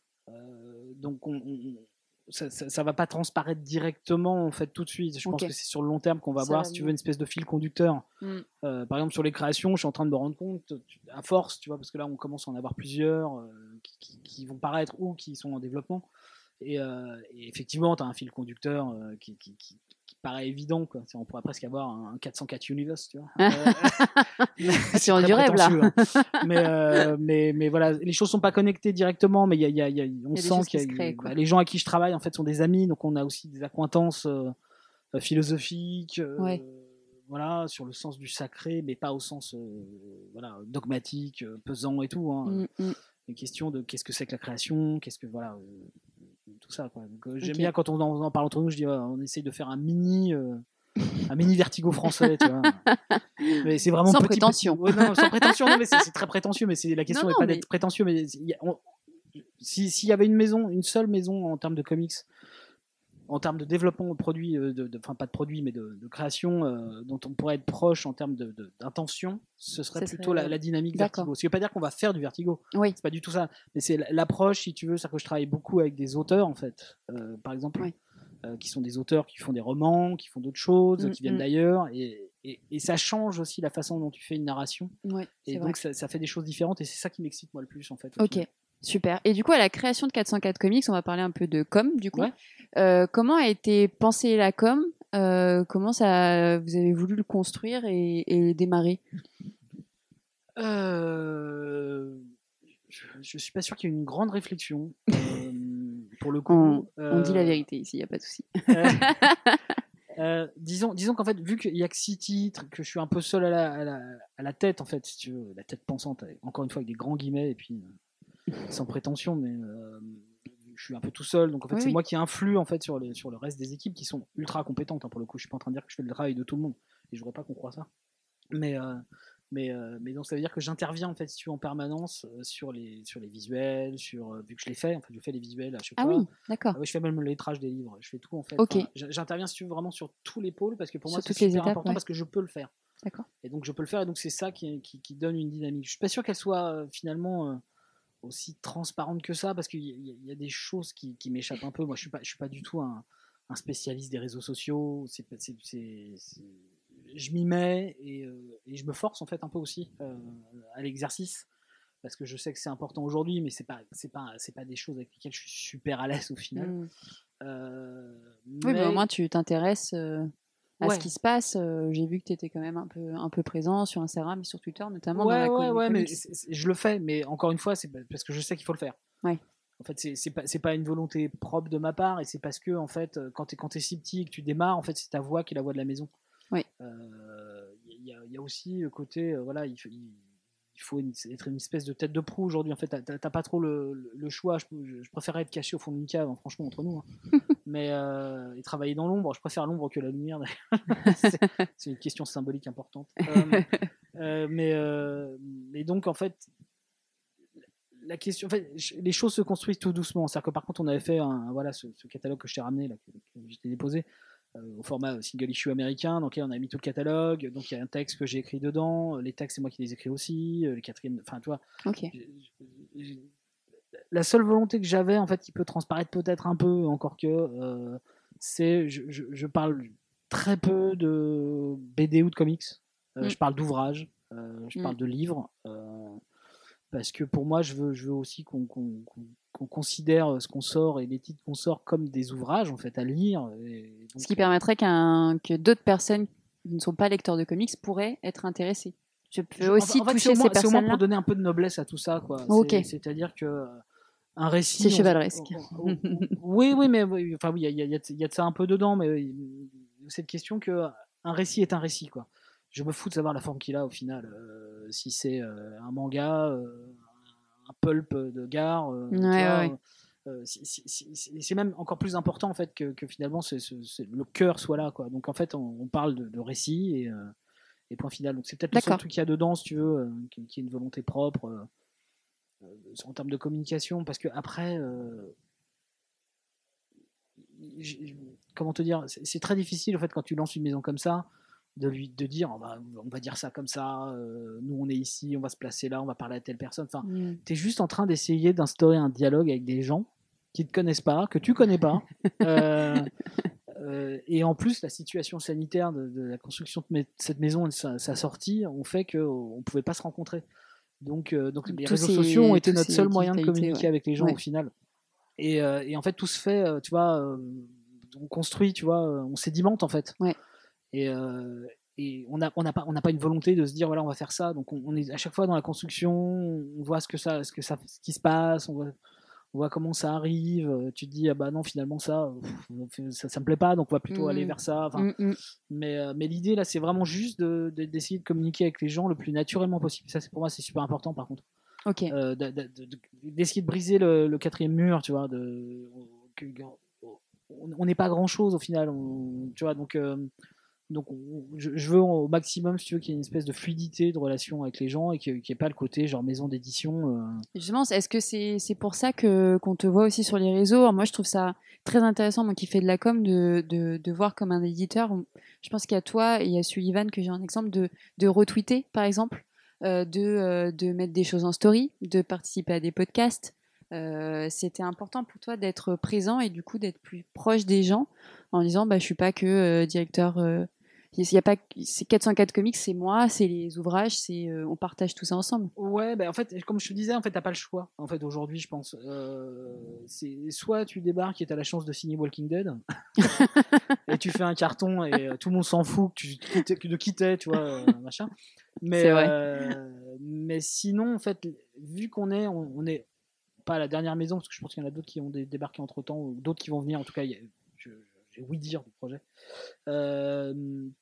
Euh, donc on, on Ça, ça, ça va pas transparaître directement en fait tout de suite. Je okay. pense que c'est sur le long terme qu'on va ça voir si tu veux une espèce de fil conducteur. Mm. Euh, par exemple sur les créations, je suis en train de me rendre compte à force, tu vois, parce que là on commence à en avoir plusieurs euh, qui, qui, qui vont paraître ou qui sont en développement. Et, euh, et effectivement, tu as un fil conducteur euh, qui, qui, qui, qui paraît évident, quoi. On pourrait presque avoir un quatre cent quatre Universe, tu vois. euh, c'est en du rêve là. Hein. Mais, euh, mais, mais voilà, les choses sont pas connectées directement, mais y a, y a, y a, on y a sent qu'il y a, créent, bah, les gens à qui je travaille en fait sont des amis, donc on a aussi des accointances euh, philosophiques. Euh, ouais. Voilà, sur le sens du sacré, mais pas au sens euh, voilà, dogmatique, euh, pesant et tout. Hein. Mm, mm. Une question de qu'est-ce que c'est que la création, qu'est-ce que voilà, euh, tout ça. Quoi. Donc, euh, j'aime okay. bien quand on en, en parle entre nous, je dis ouais, on essaye de faire un mini, euh, un mini Vertigo français, tu vois. Mais c'est vraiment sans petit, prétention. Petit. Ouais, non, sans prétention, non, mais c'est, c'est très prétentieux, mais c'est la question n'est pas mais... d'être prétentieux, mais y a, on, si s'il y avait une maison, une seule maison en termes de comics. En termes de développement de produits, de, de, enfin pas de produits, mais de, de création, euh, dont on pourrait être proche en termes de, de, d'intention, ce serait ça plutôt serait... la, la dynamique D'accord. Vertigo. Ce qui ne veut pas dire qu'on va faire du Vertigo. Oui. C'est pas du tout ça. Mais c'est l'approche, si tu veux, c'est que je travaille beaucoup avec des auteurs, en fait, euh, par exemple, oui. euh, qui sont des auteurs qui font des romans, qui font d'autres choses, mmh, qui viennent mmh. d'ailleurs, et, et, et ça change aussi la façon dont tu fais une narration. Oui, et donc ça, ça fait des choses différentes, et c'est ça qui m'excite moi le plus, en fait. Ok. Final. Super. Et du coup, à la création de quatre cent quatre Comics, on va parler un peu de com, du coup. Ouais. Euh, comment a été pensée la com euh, Comment ça, vous avez voulu le construire et, et démarrer euh, je, je suis pas sûr qu'il y ait une grande réflexion. Euh, pour le coup, on, euh, on dit la vérité ici, il n'y a pas de souci. Euh, euh, disons, disons qu'en fait, vu qu'il y a que six titres, que je suis un peu seul à la, à la, à la tête, en fait, si tu veux, la tête pensante, encore une fois avec des grands guillemets et puis sans prétention, mais euh, je suis un peu tout seul, donc en fait oui, c'est oui. moi qui influe en fait sur, les, sur le reste des équipes qui sont ultra compétentes, hein, pour le coup. Je suis pas en train de dire que je fais le travail de tout le monde, et je voudrais pas qu'on croie ça, mais euh, mais euh, mais donc ça veut dire que j'interviens en fait si tu veux, en permanence euh, sur les sur les visuels, sur euh, vu que je les fais, en fait je fais les visuels à chaque ah fois. oui, d'accord. Ah, oui, je fais même le lettrage des livres, je fais tout en fait. Okay. Enfin, j'interviens si tu veux vraiment sur tous les pôles, parce que pour sur moi c'est super étapes, important, ouais. parce que je peux le faire. D'accord. Et donc je peux le faire, et donc c'est ça qui, qui, qui donne une dynamique. Je suis pas sûr qu'elle soit euh, finalement euh, aussi transparente que ça, parce qu'il y, y, y a des choses qui, qui m'échappent un peu. Moi je suis pas, je suis pas du tout un, un spécialiste des réseaux sociaux. C'est, c'est, c'est, c'est... Je m'y mets, et, euh, et je me force en fait un peu aussi euh, à l'exercice, parce que je sais que c'est important aujourd'hui, mais c'est pas, c'est pas, c'est pas des choses avec lesquelles je suis super à l'aise au final. Mmh. Euh, oui, mais... mais au moins tu t'intéresses euh, à ouais. ce qui se passe. Euh, j'ai vu que tu étais quand même un peu, un peu présent sur Instagram et sur Twitter, notamment ouais, dans la ouais, com- ouais, mais c'est, c'est, je le fais, mais encore une fois, c'est parce que je sais qu'il faut le faire. Ouais. En fait, c'est, c'est, pas, c'est pas une volonté propre de ma part, et c'est parce que en fait, quand t'es, quand t'es si petit et que tu démarres, en fait, c'est ta voix qui est la voix de la maison. Oui. Il euh, y, y, a aussi le côté, euh, voilà, il, il, il faut une, être une espèce de tête de proue aujourd'hui. En fait, t'as, t'as pas trop le, le, le choix. Je, je, je préférerais être caché au fond d'une cave, hein, franchement, entre nous. Hein. Mais euh, et travailler dans l'ombre, je préfère l'ombre que la lumière. c'est, c'est une question symbolique importante. Euh, euh, mais, euh, mais donc, en fait, la question, en fait, les choses se construisent tout doucement. C'est-à-dire que par contre, on avait fait un, voilà, ce, ce catalogue que je t'ai ramené, là, que, que j'étais déposé. Euh, au format single issue américain, donc là on a mis tout le catalogue, donc il y a un texte que j'ai écrit dedans, les textes c'est moi qui les écris aussi, les quatrièmes, enfin tu vois. Okay. La seule volonté que j'avais en fait, qui peut transparaître peut-être un peu, encore que, euh, c'est je, je, je parle très peu de B D ou de comics, euh, mm. je parle d'ouvrages, euh, je mm. parle de livres. Euh, parce que pour moi, je veux, je veux aussi qu'on, qu'on, qu'on, qu'on considère ce qu'on sort et les titres qu'on sort comme des ouvrages en fait à lire. Et donc, ce qui permettrait qu'un, que d'autres personnes ne sont pas lecteurs de comics pourraient être intéressés. Je peux Je- aussi en fait, toucher c'est au, moins, ces c'est au moins personnes-là. pour donner un peu de noblesse à tout ça, quoi. Ok. C'est- C'est-à-dire que euh, un récit. C'est on- chevaleresque. on- on- oui, oui, mais oui, enfin oui, il y, a- il y a- il y a de ça un peu dedans, mais euh, cette question que un récit est un récit, quoi. Je me fous de savoir la forme qu'il a au final. euh, si c'est euh, un manga, euh, un pulp de gare, euh, tu Ouais, vois, ouais. euh, c'est- c'est- c'est c'est même encore plus important en fait que, que finalement c'est- c'est- c'est- le cœur soit là, quoi. Donc en fait, on, on parle de, de récit et, euh, et point final. Donc c'est peut-être le seul D'accord. truc qu'il y a dedans, si tu veux, euh, qui, qui est une volonté propre euh, euh, en termes de communication, parce que après, euh, j- j- comment te dire, c'est c'est très difficile en fait quand tu lances une maison comme ça de lui de dire on va, on va dire ça comme ça, euh, nous on est ici, on va se placer là, on va parler à telle personne. Enfin, Mm. tu es juste en train d'essayer d'instaurer un dialogue avec des gens qui te connaissent pas, que tu connais pas. Euh, euh, et en plus, la situation sanitaire de, de la construction de mes- cette maison et de sa, sa sortie ont fait qu'on ne pouvait pas se rencontrer. Donc, euh, donc les Tous réseaux ces- sociaux ont été tous notre ces seul moyen de digitalités, communiquer ouais. avec les gens Ouais. au final. Et, euh, et en fait, tout se fait, euh, tu vois, euh, on construit, tu vois, euh, on sédimente en fait. Ouais. Et, euh, et on n'a on n'a pas, on n'a pas une volonté de se dire voilà, on va faire ça. Donc on, on est à chaque fois dans la construction, on voit ce que ça, ce que ça, ce qui se passe, on voit, on voit comment ça arrive. euh, Tu te dis ah bah non, finalement ça, pff, ça, ça me plaît pas, donc on va plutôt Mm. aller vers ça. Enfin, Mm, mm. mais, euh, mais l'idée là, c'est vraiment juste de- de- d'essayer de communiquer avec les gens le plus naturellement possible. Ça, c'est pour moi, c'est super important par contre. Ok. Euh, de- de- de- d'essayer de briser le, le quatrième mur, tu vois. De, que- on on n'est pas grand chose au final, on- tu vois. Donc, euh, donc on- je, je veux au maximum, si tu veux, qu'il y ait une espèce de fluidité de relation avec les gens et qu'il n'y ait pas le côté genre maison d'édition. euh. Justement, est-ce que c'est c'est pour ça que qu'on te voit aussi sur les réseaux? Alors moi, je trouve ça très intéressant, moi qui fais de la com, de, de, de voir comme un éditeur. on- Je pense qu'il y a toi et il y a Sullivan que j'ai un exemple de, de retweeter, par exemple, euh, de, euh, de mettre des choses en story, de participer à des podcasts. Euh, c'était important pour toi d'être présent et du coup d'être plus proche des gens en disant bah, je suis pas que euh, directeur. euh, il y a pas, c'est quatre cent quatre comics, c'est moi, c'est les ouvrages, c'est euh, on partage tout ça ensemble. Ouais, bah en fait, comme je te disais, en fait, t'as pas le choix. En fait, aujourd'hui, je pense, euh, c'est soit tu débarques et t'as la chance de signer Walking Dead, et tu fais un carton et euh, tout le monde s'en fout que tu quittes- que de quitter, tu vois, euh, machin. Mais, C'est vrai. euh, mais sinon, en fait, vu qu'on est, on, on est pas à la dernière maison, parce que je pense qu'il y en a d'autres qui ont dé- débarqué entre temps, ou d'autres qui vont venir. En tout cas, il y a- je- j'ai ouï dire du projet. Euh,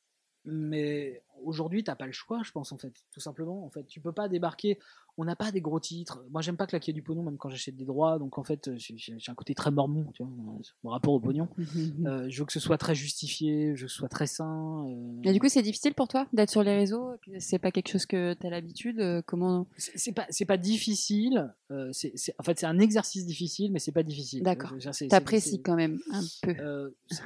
mais aujourd'hui, t'as pas le choix, je pense, en fait, tout simplement. En fait, tu peux pas débarquer. On n'a pas des gros titres. Moi, j'aime pas claquer du pognon, même quand j'achète des droits. Donc, en fait, j'ai j'ai un côté très mormon, tu vois, mon rapport au pognon. Euh, je veux que ce soit très justifié, je veux que ce soit très sain. euh, Et du coup, c'est difficile pour toi d'être sur les réseaux? C'est pas quelque chose que tu as l'habitude? euh, Comment... c'est c'est pas c'est pas difficile. euh, c'est c'est- en fait, c'est un exercice difficile, mais c'est pas difficile. D'accord. Euh, c'est- c'est- T'apprécies c'est- quand même un peu. euh, c'est-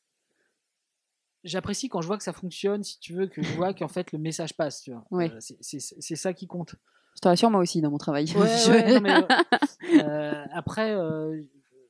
J'apprécie quand je vois que ça fonctionne, si tu veux, que je vois qu'en fait le message passe. Tu vois. Ouais. Euh, c'est c'est- c'est ça qui compte. Je te rassure, moi aussi, dans mon travail. Ouais, Je- ouais, non, mais, euh, euh, après, euh,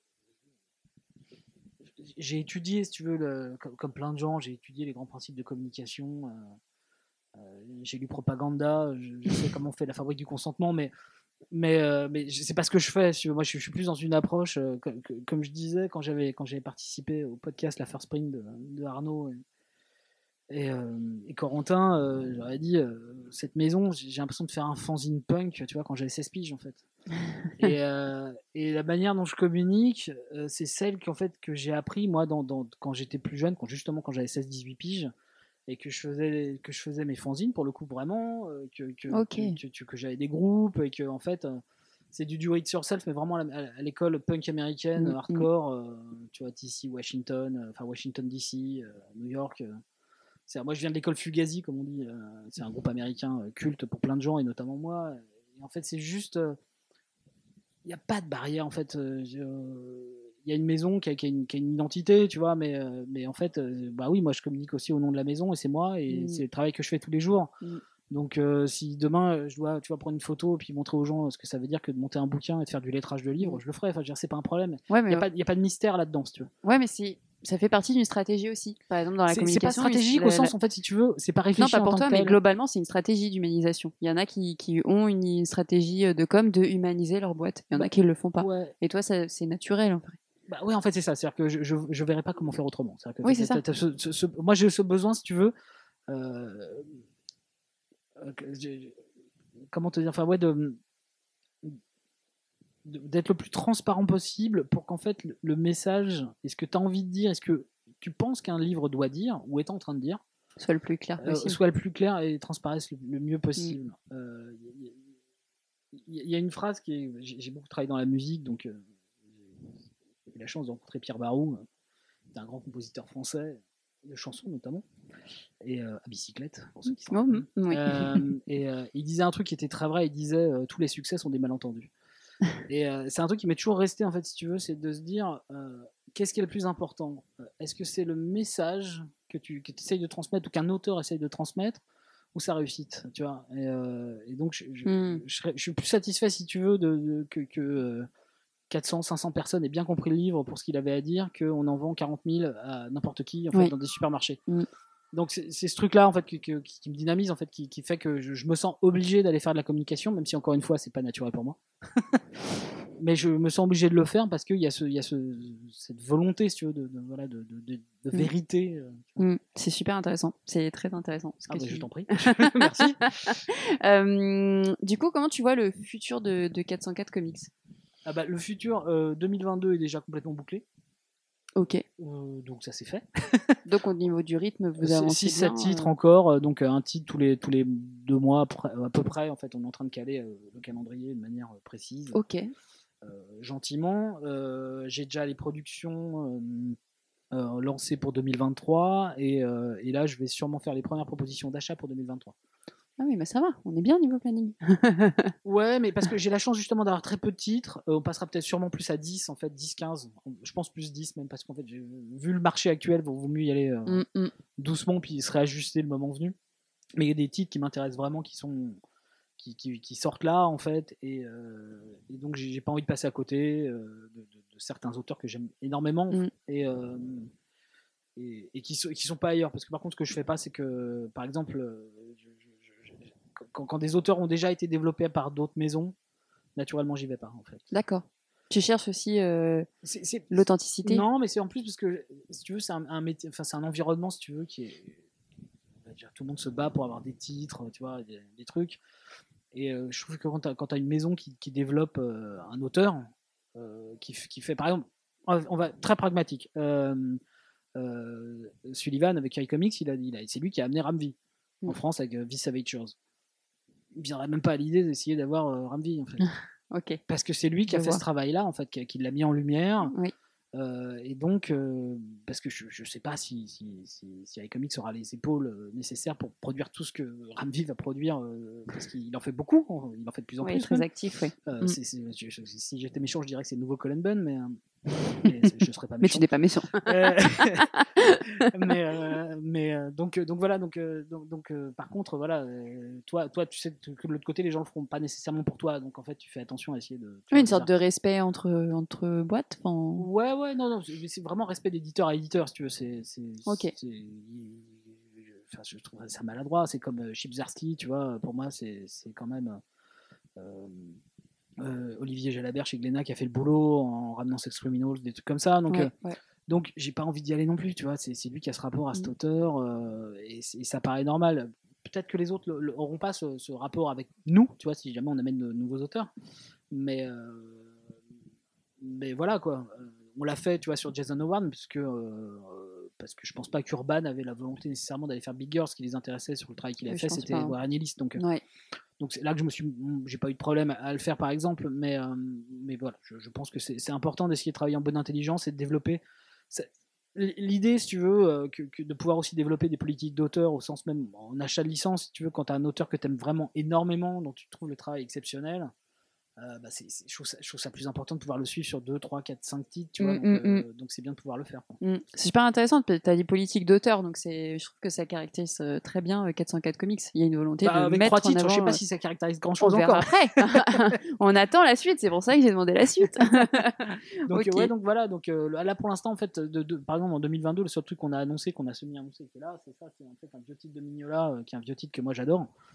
j'ai étudié, si tu veux, le- comme, comme plein de gens, j'ai étudié les grands principes de communication. euh, euh, j'ai lu Propaganda, je, je sais comment on fait la fabrique du consentement, mais mais, euh, mais je- c'est pas ce que je fais. si tu veux. Moi, je, suis- je suis plus dans une approche, euh, comme, que- comme je disais quand j'avais quand j'avais participé au podcast La First Spring de, de Arnaud et, et, euh, et Corentin. euh, J'aurais dit euh, cette maison, j'ai j'ai l'impression de faire un fanzine punk, tu vois, quand j'avais seize piges en fait. Et, euh, et la manière dont je communique, euh, c'est celle qu'en fait que j'ai appris moi dans, dans- quand j'étais plus jeune, quand justement quand j'avais seize dix-huit piges et que je faisais que je faisais mes fanzines pour le coup vraiment, euh, que que, Ok. que, que- que j'avais des groupes et que en fait euh, c'est du do it yourself mais vraiment à la- à l'école punk américaine Mm, hardcore, euh, tu vois, D C, Washington, euh, enfin Washington D C, euh, New York. euh. C'est- moi je viens de l'école Fugazi comme on dit, euh, c'est un groupe américain euh, culte pour plein de gens et notamment moi. Et en fait c'est juste euh, il n'y a pas de barrière en fait. euh, je- Il y a une maison qui a, qui a une, qui a une identité, tu vois, mais, euh, mais en fait, euh, bah oui, moi je communique aussi au nom de la maison et c'est moi et Mm. c'est le travail que je fais tous les jours. Mm. Donc euh, si demain euh, je dois, tu vois, prendre une photo et puis montrer aux gens ce que ça veut dire que de monter un bouquin et de faire du lettrage de livres, Mm. je le ferai. Enfin, je veux dire, c'est pas un problème. Ouais, Il mais, n'y a, pas- y a pas de mystère là-dedans, si tu veux. ouais, mais c'est... ça fait partie d'une stratégie aussi. Par exemple, dans la C'est c'est pas communication. stratégique la- au sens, la- en fait, si tu veux, c'est pas réfléchi Non, pas en pour tant toi, que mais tel. globalement, c'est une stratégie d'humanisation. Il y en a qui, qui ont une stratégie de com de humaniser leur boîte. Il y en a Bah, qui le font pas. Ouais. Et toi, ça, c'est naturel, en vrai. Bah ouais, en fait, c'est ça. C'est-à-dire que je, je, je verrais pas comment faire autrement. C'est-à-dire que Oui, t'as- c'est ça. t'as- t'as ce- ce- ce- moi, j'ai ce besoin, si tu veux, euh, euh, comment te dire, enfin ouais, de, de, d'être le plus transparent possible pour qu'en fait le, le message, est-ce que tu as envie de dire, est-ce que tu penses qu'un livre doit dire ou est en train de dire, soit le plus clair possible, euh, soit le plus clair et transparaisse le, le mieux possible. Il mm. euh, y, y, y a une phrase qui est, j'ai, j'ai beaucoup travaillé dans la musique, donc euh, j'ai eu la chance de rencontrer Pierre Barou, euh, qui est un grand compositeur français de chansons notamment, et euh, à bicyclette pour ceux qui sont. Oh, oui. euh, et euh, il disait un truc qui était très vrai. Il disait euh, tous les succès sont des malentendus. Et euh, c'est un truc qui m'est toujours resté en fait, si tu veux, c'est de se dire euh, qu'est-ce qui est le plus important. Est-ce que c'est le message que tu que essayes de transmettre ou qu'un auteur essaye de transmettre, ou sa réussite, tu vois. Et, euh, et donc je, je, mm. je, je, je suis plus satisfait, si tu veux, de, de, que, que euh, quatre cents, cinq cents personnes aient bien compris le livre pour ce qu'il avait à dire, qu'on en vend quarante mille à n'importe qui en fait, oui. dans des supermarchés. Mm. Donc c'est, c'est ce truc-là en fait qui, qui, qui me dynamise, en fait, qui, qui fait que je, je me sens obligé d'aller faire de la communication, même si encore une fois c'est pas naturel pour moi. Mais je me sens obligé de le faire parce qu'il y a, ce, il y a ce, cette volonté, si tu veux, de, de, voilà, de, de, de, de vérité. Mmh. Mmh. C'est super intéressant, c'est très intéressant. Ce ah que bah tu... je t'en prie. Merci. euh, du coup, comment tu vois le futur de, de quatre cent quatre Comics? Ah bah, le futur euh, deux mille vingt-deux est déjà complètement bouclé. Ok. Euh, donc ça c'est fait. Donc au niveau du rythme, vous avancez six sept bien, titres euh... encore, donc un titre tous les, tous les deux mois à peu près. En fait, on est en train de caler euh, le calendrier de manière précise. Ok. Euh, gentiment. Euh, j'ai déjà les productions euh, euh, lancées pour deux mille vingt-trois et, euh, et là je vais sûrement faire les premières propositions d'achat pour deux mille vingt-trois. Ah oui, mais ça va, on est bien niveau planning. Ouais, mais parce que j'ai la chance justement d'avoir très peu de titres. Euh, on passera peut-être sûrement plus à dix, en fait, dix quinze. Je pense plus dix même, parce qu'en fait, j'ai, vu le marché actuel, il vaut mieux y aller euh, mm-hmm. doucement, puis se réajuster le moment venu. Mais il y a des titres qui m'intéressent vraiment, qui sont qui, qui, qui sortent là, en fait, et, euh, et donc j'ai, j'ai pas envie de passer à côté euh, de, de, de certains auteurs que j'aime énormément mm. et, euh, et, et qui, so, qui sont pas ailleurs. Parce que par contre, ce que je fais pas, c'est que, par exemple, je, Quand, quand des auteurs ont déjà été développés par d'autres maisons, naturellement, j'y vais pas, en fait. D'accord. Tu cherches aussi euh, c'est, c'est, l'authenticité? Non, mais c'est en plus parce que, si tu veux, c'est un, un métier, enfin, c'est un environnement, si tu veux, qui est... Tout le monde se bat pour avoir des titres, tu vois, des, des trucs. Et euh, je trouve que quand tu as une maison qui, qui développe euh, un auteur, euh, qui, qui fait, par exemple, on va très pragmatique. Euh, euh, Sullivan, avec iComics, il a, il a, c'est lui qui a amené Ramvi mmh. en France avec euh, V-Savagers. Il ne viendrait même pas à l'idée d'essayer d'avoir euh, Ramvi, en fait. Okay. Parce que c'est lui qui je a fait vois. ce travail-là, en fait, qui, qui l'a mis en lumière. Oui. Euh, et donc, euh, parce que je ne sais pas si, si, si, si iComics aura les épaules euh, nécessaires pour produire tout ce que Ramvi va produire, euh, parce qu'il en fait beaucoup, il en fait de plus en oui, plus. Très même. actif, oui. Euh, mm. c'est, c'est, je, je, si j'étais méchant, je dirais que c'est le nouveau Colin Bunn, mais, euh, mais je ne serais pas méchant. Mais tu n'es pas méchant. mais euh, mais euh, donc, donc voilà, donc, euh, donc, donc euh, par contre, voilà, euh, toi, toi, tu sais que de l'autre côté, les gens le feront pas nécessairement pour toi, donc en fait, tu fais attention à essayer de. Oui, vois, une sorte de respect entre, entre boîtes. Enfin... Ouais, ouais, non, non, c'est vraiment respect d'éditeur à éditeur, si tu veux. C'est, c'est, ok. C'est, enfin, je trouve ça maladroit. C'est comme Chibzarski, tu vois. Pour moi, c'est, c'est quand même. Euh, euh, Olivier Jalabert chez Glénat qui a fait le boulot en ramenant Sex Criminals, des trucs comme ça. Donc. Ouais, euh, ouais. Donc, j'ai pas envie d'y aller non plus, tu vois. C'est, c'est lui qui a ce rapport à cet auteur, euh, et, et ça paraît normal. Peut-être que les autres n'auront pas ce, ce rapport avec nous, tu vois, si jamais on amène de nouveaux auteurs. Mais, euh, mais voilà, quoi. On l'a fait, tu vois, sur Jason Howard, parce que, euh, parce que je pense pas qu'Urban avait la volonté nécessairement d'aller faire Big Girl. Ce qui les intéressait sur le travail qu'il a oui, fait, c'était Warren Ellis. Donc, ouais. donc c'est là que je me suis, j'ai pas eu de problème à le faire, par exemple. Mais, euh, mais voilà, je, je pense que c'est, c'est important d'essayer de travailler en bonne intelligence et de développer. C'est, l'idée, si tu veux, euh, que, que de pouvoir aussi développer des politiques d'auteur au sens même en achat de licence, si tu veux, quand tu as un auteur que tu aimes vraiment énormément, dont tu trouves le travail exceptionnel, euh, bah c'est, c'est, je, trouve ça, je trouve ça plus important de pouvoir le suivre sur deux, trois, quatre, cinq titres, tu vois, mm, donc, euh, mm. donc c'est bien de pouvoir le faire. Mm. C'est super intéressant, tu as des politiques d'auteur, donc c'est, je trouve que ça caractérise très bien quatre cent quatre Comics. Il y a une volonté bah, de avec mettre trois titres, en avant... je sais pas si ça caractérise grand chose on encore. Après. On attend la suite, c'est pour ça que j'ai demandé la suite. donc okay. ouais, donc voilà, donc euh, là pour l'instant en fait, de, de, par exemple en deux mille vingt-deux, le seul truc qu'on a annoncé, qu'on a semi-annoncé, qui est là, c'est ça, c'est en fait un vieux titre de Mignola, euh, qui est un vieux titre que moi j'adore.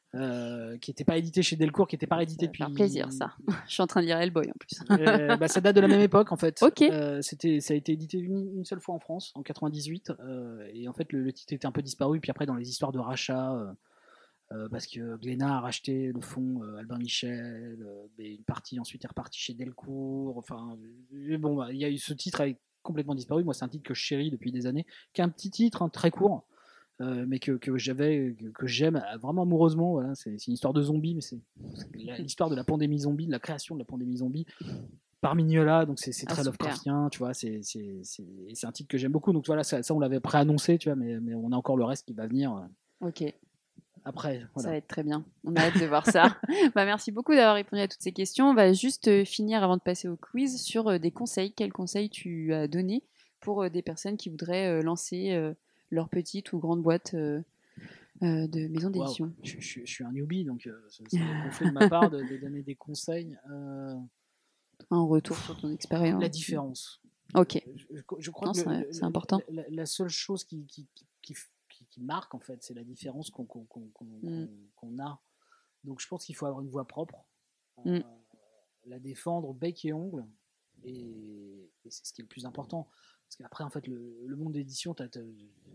Euh, qui n'était pas édité chez Delcourt, qui n'était pas réédité Ça va depuis. faire plaisir, ça. Je suis en train de lire Hellboy en plus. euh, bah, ça date de la même époque en fait. Ok. Euh, c'était, ça a été édité une, une seule fois en France en quatre-vingt-dix-huit, euh, et en fait le, le titre était un peu disparu. Puis après dans les histoires de rachat, euh, euh, parce que Glénat a racheté le fonds euh, Albin Michel, euh, mais une partie ensuite est repartie chez Delcourt. Enfin, euh, bon, bah, il y a eu ce titre a complètement disparu. Moi, c'est un titre que je chéris depuis des années, qui est un petit titre hein, très court. Euh, mais que, que j'avais, que, que j'aime vraiment amoureusement. Voilà. C'est, c'est une histoire de zombies, mais c'est, c'est l'histoire de la pandémie zombie, de la création de la pandémie zombie par Mignola. Donc c'est, c'est très ah, Lovecraftien, tu vois. C'est, c'est, c'est, c'est un titre que j'aime beaucoup. Donc voilà, ça, ça on l'avait préannoncé, tu vois, mais, mais on a encore le reste qui va venir. Ok. Après, voilà. Ça va être très bien. On a hâte de voir ça. Bah, merci beaucoup d'avoir répondu à toutes ces questions. On va juste euh, finir avant de passer au quiz sur euh, des conseils. Quels conseils tu as donné pour euh, des personnes qui voudraient euh, lancer euh, leur petite ou grande boîte euh, euh, de maison d'édition? Wow. je, je, je suis un newbie, donc euh, c'est un conflit de ma part de, de donner des conseils. Euh... Un retour sur ton expérience. La différence. Ok. Je, je, je crois non, que c'est, le, c'est important. La, la, la seule chose qui, qui, qui, qui, qui marque, en fait, c'est la différence qu'on, qu'on, qu'on, qu'on, mm. qu'on a. Donc je pense qu'il faut avoir une voix propre, mm. euh, la défendre bec et ongle, et, et c'est ce qui est le plus important. Parce qu'après, en fait, le, le monde d'édition, t'as, t'as,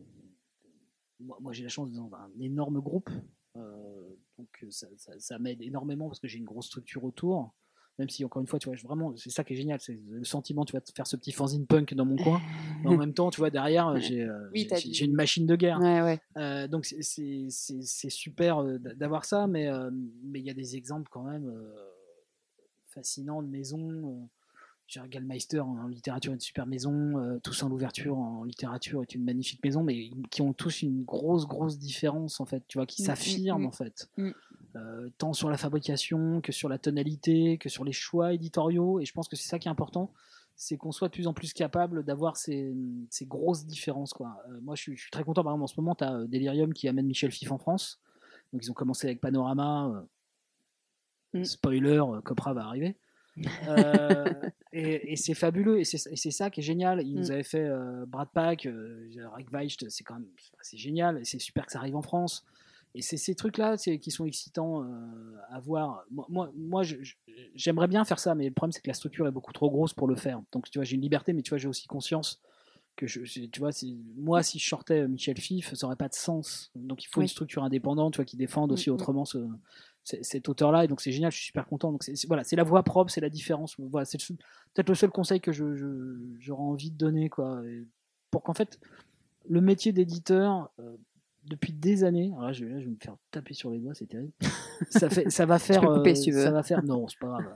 moi, moi, j'ai la chance d'être dans un énorme groupe, euh, donc ça, ça, ça m'aide énormément parce que j'ai une grosse structure autour. Même si, encore une fois, tu vois, vraiment, c'est ça qui est génial, c'est le sentiment, tu vois, de faire ce petit fanzine punk dans mon coin. Mais en même temps, tu vois, derrière, j'ai, euh, oui, j'ai, j'ai une machine de guerre. Ouais, ouais. Euh, donc, c'est, c'est, c'est, c'est super d'avoir ça, mais il euh, mais y a des exemples quand même euh, fascinants de maisons. Euh, Gallmeister en littérature est une super maison, euh, Toussaint l'ouverture en littérature est une magnifique maison, mais qui ont tous une grosse grosse différence en fait, tu vois, qui mmh, s'affirment mmh, en fait, mmh. Euh, tant sur la fabrication que sur la tonalité, que sur les choix éditoriaux, et je pense que c'est ça qui est important, c'est qu'on soit de plus en plus capable d'avoir ces, ces grosses différences quoi. Euh, moi je suis, je suis très content, par exemple en ce moment tu as Delirium qui amène Michel Fif en France, donc ils ont commencé avec Panorama, euh, mmh. spoiler, Copra va arriver. euh, et, et c'est fabuleux, et c'est, et c'est ça qui est génial. Ils mm. nous avaient fait euh, Brad Pack, euh, Rick Weich, c'est quand même c'est génial, et c'est super que ça arrive en France. Et c'est ces trucs-là c'est, qui sont excitants euh, à voir. Moi, moi, moi je, je, j'aimerais bien faire ça, mais le problème c'est que la structure est beaucoup trop grosse pour le faire. Donc tu vois, j'ai une liberté, mais tu vois, j'ai aussi conscience que je, tu vois, c'est, moi, si je sortais Michel Fif, ça n'aurait pas de sens. Donc il faut oui. une structure indépendante, tu vois, qui défende aussi mm. autrement ce cet auteur-là, et donc c'est génial, je suis super content. Donc c'est, c'est, voilà, c'est la voix propre, c'est la différence. Voilà, c'est le, peut-être le seul conseil que je, je, j'aurais envie de donner, quoi, et pour qu'en fait le métier d'éditeur euh, depuis des années, alors là je, là, je vais me faire taper sur les doigts, c'est terrible. ça fait, ça va faire, couper, euh, si tu veux. ça va faire, non, c'est pas grave.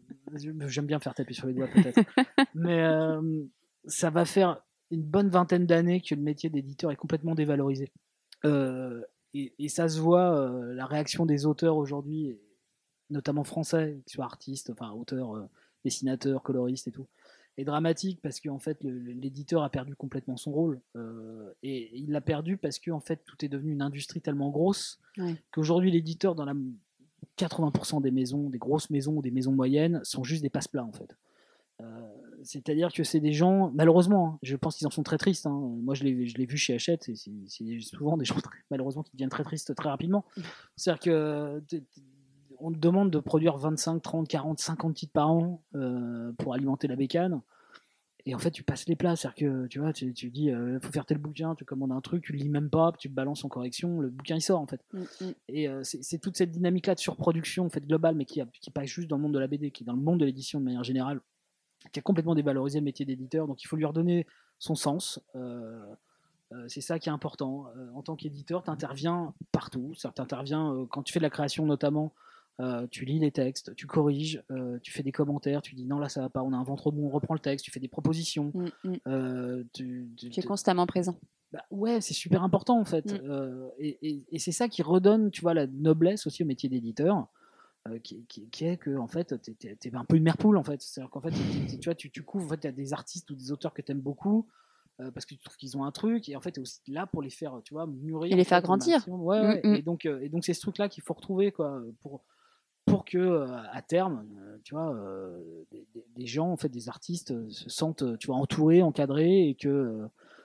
J'aime bien faire taper sur les doigts peut-être, mais euh, ça va faire une bonne vingtaine d'années que le métier d'éditeur est complètement dévalorisé. Euh, Et, et ça se voit, euh, la réaction des auteurs aujourd'hui, notamment français, qui soient artistes, enfin auteurs, euh, dessinateurs, coloristes et tout, est dramatique parce qu'en fait le, l'éditeur a perdu complètement son rôle. Euh, et il l'a perdu parce que en fait tout est devenu une industrie tellement grosse ouais. qu'aujourd'hui l'éditeur, dans la quatre-vingts pour cent des maisons, des grosses maisons ou des maisons moyennes, sont juste des passe-plats en fait. Euh, c'est-à-dire que c'est des gens, malheureusement, hein, je pense qu'ils en sont très tristes. Hein. Moi, je l'ai, je l'ai vu chez Hachette, c'est, c'est, c'est souvent des gens très, malheureusement qui deviennent très tristes très rapidement. C'est-à-dire que on te demande de produire vingt-cinq, trente, quarante, cinquante titres par an euh, pour alimenter la bécane. Et en fait, tu passes les plats. C'est-à-dire que tu vois, tu, tu dis, il euh, faut faire tel bouquin, tu commandes un truc, tu le lis même pas, tu le balances en correction, le bouquin il sort en fait. Mm-hmm. Et euh, c'est, c'est toute cette dynamique-là de surproduction en fait globale, mais qui, a, qui pas juste dans le monde de la B D, qui est dans le monde de l'édition de manière générale, qui a complètement dévalorisé le métier d'éditeur. Donc il faut lui redonner son sens. Euh, euh, c'est ça qui est important. Euh, en tant qu'éditeur, tu interviens partout. Tu interviens euh, quand tu fais de la création notamment. Euh, tu lis les textes, tu corriges, euh, tu fais des commentaires, tu dis non là ça va pas, on a un ventre bon, on reprend le texte, tu fais des propositions. Mm-hmm. Euh, tu, tu, tu es constamment présent. Bah ouais, c'est super important en fait. Mm. Euh, et, et, et c'est ça qui redonne, tu vois, la noblesse aussi au métier d'éditeur. Euh, qui, qui, qui est que en fait t'es, t'es, t'es un peu une mère poule en fait, c'est-à-dire qu'en fait t'es, t'es, tu vois tu, tu couvres en fait, t'as des artistes ou des auteurs que t'aimes beaucoup euh, parce que tu trouves qu'ils ont un truc, et en fait t'es aussi là pour les faire, tu vois, mûrir et les fait, faire grandir. Ouais, ouais. Mm-hmm. Et donc euh, et donc c'est ce truc là qu'il faut retrouver quoi, pour pour que euh, à terme euh, tu vois euh, des, des, des gens en fait, des artistes euh, se sentent, tu vois, entourés, encadrés, et que euh,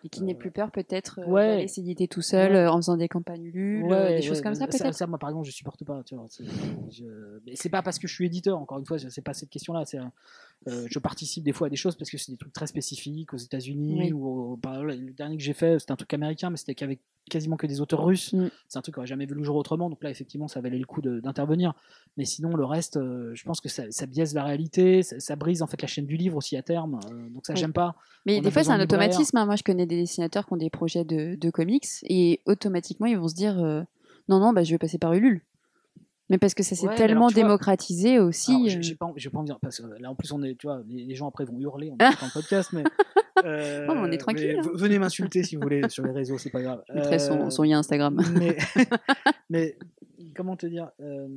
Et qui n'ait plus peur peut-être euh, Ouais. d'aller s'éditer tout seul Ouais. euh, en faisant des campagnes Ulule, euh, Ouais, des choses ouais, comme ça ça, peut-être. ça, moi, par exemple, je supporte pas. Tu vois, c'est, je... Mais c'est pas parce que je suis éditeur, encore une fois, c'est pas cette question-là. C'est, euh, je participe des fois à des choses parce que c'est des trucs très spécifiques aux États-Unis. Oui. Ou au- par exemple, le dernier que j'ai fait, c'était un truc américain, mais c'était qu'avec quasiment que des auteurs russes. Mm. C'est un truc qu'on n'aurait jamais vu le jour autrement. Donc là, effectivement, ça valait le coup de, d'intervenir. Mais sinon, le reste, euh, je pense que ça, ça biaise la réalité, ça, ça brise en fait la chaîne du livre aussi à terme. Euh, donc ça, Oui. j'aime pas. Mais On des a fois, c'est besoin un de libraires. automatisme. hein. Moi, je connais des dessinateurs qui ont des projets de, de comics et automatiquement, ils vont se dire euh, non, non, bah, je vais passer par Ulule. Mais parce que ça s'est Ouais, mais alors, tellement tu vois, démocratisé aussi. alors, euh, j'ai, j'ai pas, j'ai pas envie de dire, parce que là, en plus, on est, tu vois, les, les gens après vont hurler en écoutant le podcast, mais, euh, Oh, mais on est tranquille, mais hein. v- venez m'insulter si vous voulez sur les réseaux, c'est pas grave. Je mettrai son, Euh, son lien Instagram. mais, mais comment te dire, euh,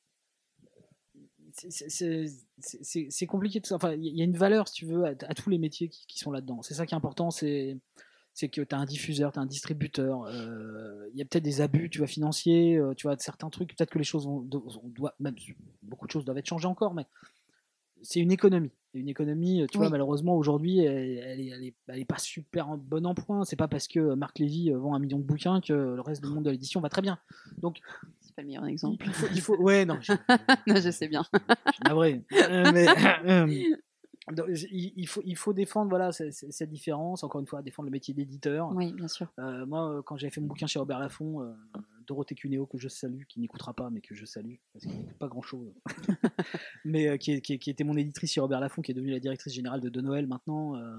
c'est, c'est- c'est- c'est- c'est compliqué tout ça. Enfin, il y a une valeur, si tu veux, à, à tous les métiers qui, qui sont là-dedans. C'est ça qui est important, c'est c'est que tu as un diffuseur, tu as un distributeur, euh, il y a peut-être des abus, tu vois, financiers, euh, tu vois, de certains trucs, peut-être que les choses vont, do- on doit, même beaucoup de choses doivent être changées encore, mais c'est une économie. Et une économie, tu vois, Oui. malheureusement, aujourd'hui, elle, elle est, elle est- elle est pas super en bonne en point. C'est pas parce que Marc Lévy euh, vend un million de bouquins que le reste du monde de l'édition va très bien. Donc, C'est pas le meilleur il, exemple. il faut, il faut, ouais, non, je, Non, je sais bien. je suis navré. Euh, mais, euh, donc, il, il faut, il faut défendre voilà, cette, cette différence, encore une fois, défendre le métier d'éditeur. Oui, bien sûr. Euh, moi, euh, quand j'avais fait mon bouquin chez Robert Laffont, euh, Dorothée Cuneo, que je salue, qui n'écoutera pas, mais que je salue, parce qu'il n'écoute pas grand-chose, mais euh, qui, est- qui, est- qui était mon éditrice chez Robert Laffont, qui est devenue la directrice générale de De Noël maintenant. euh,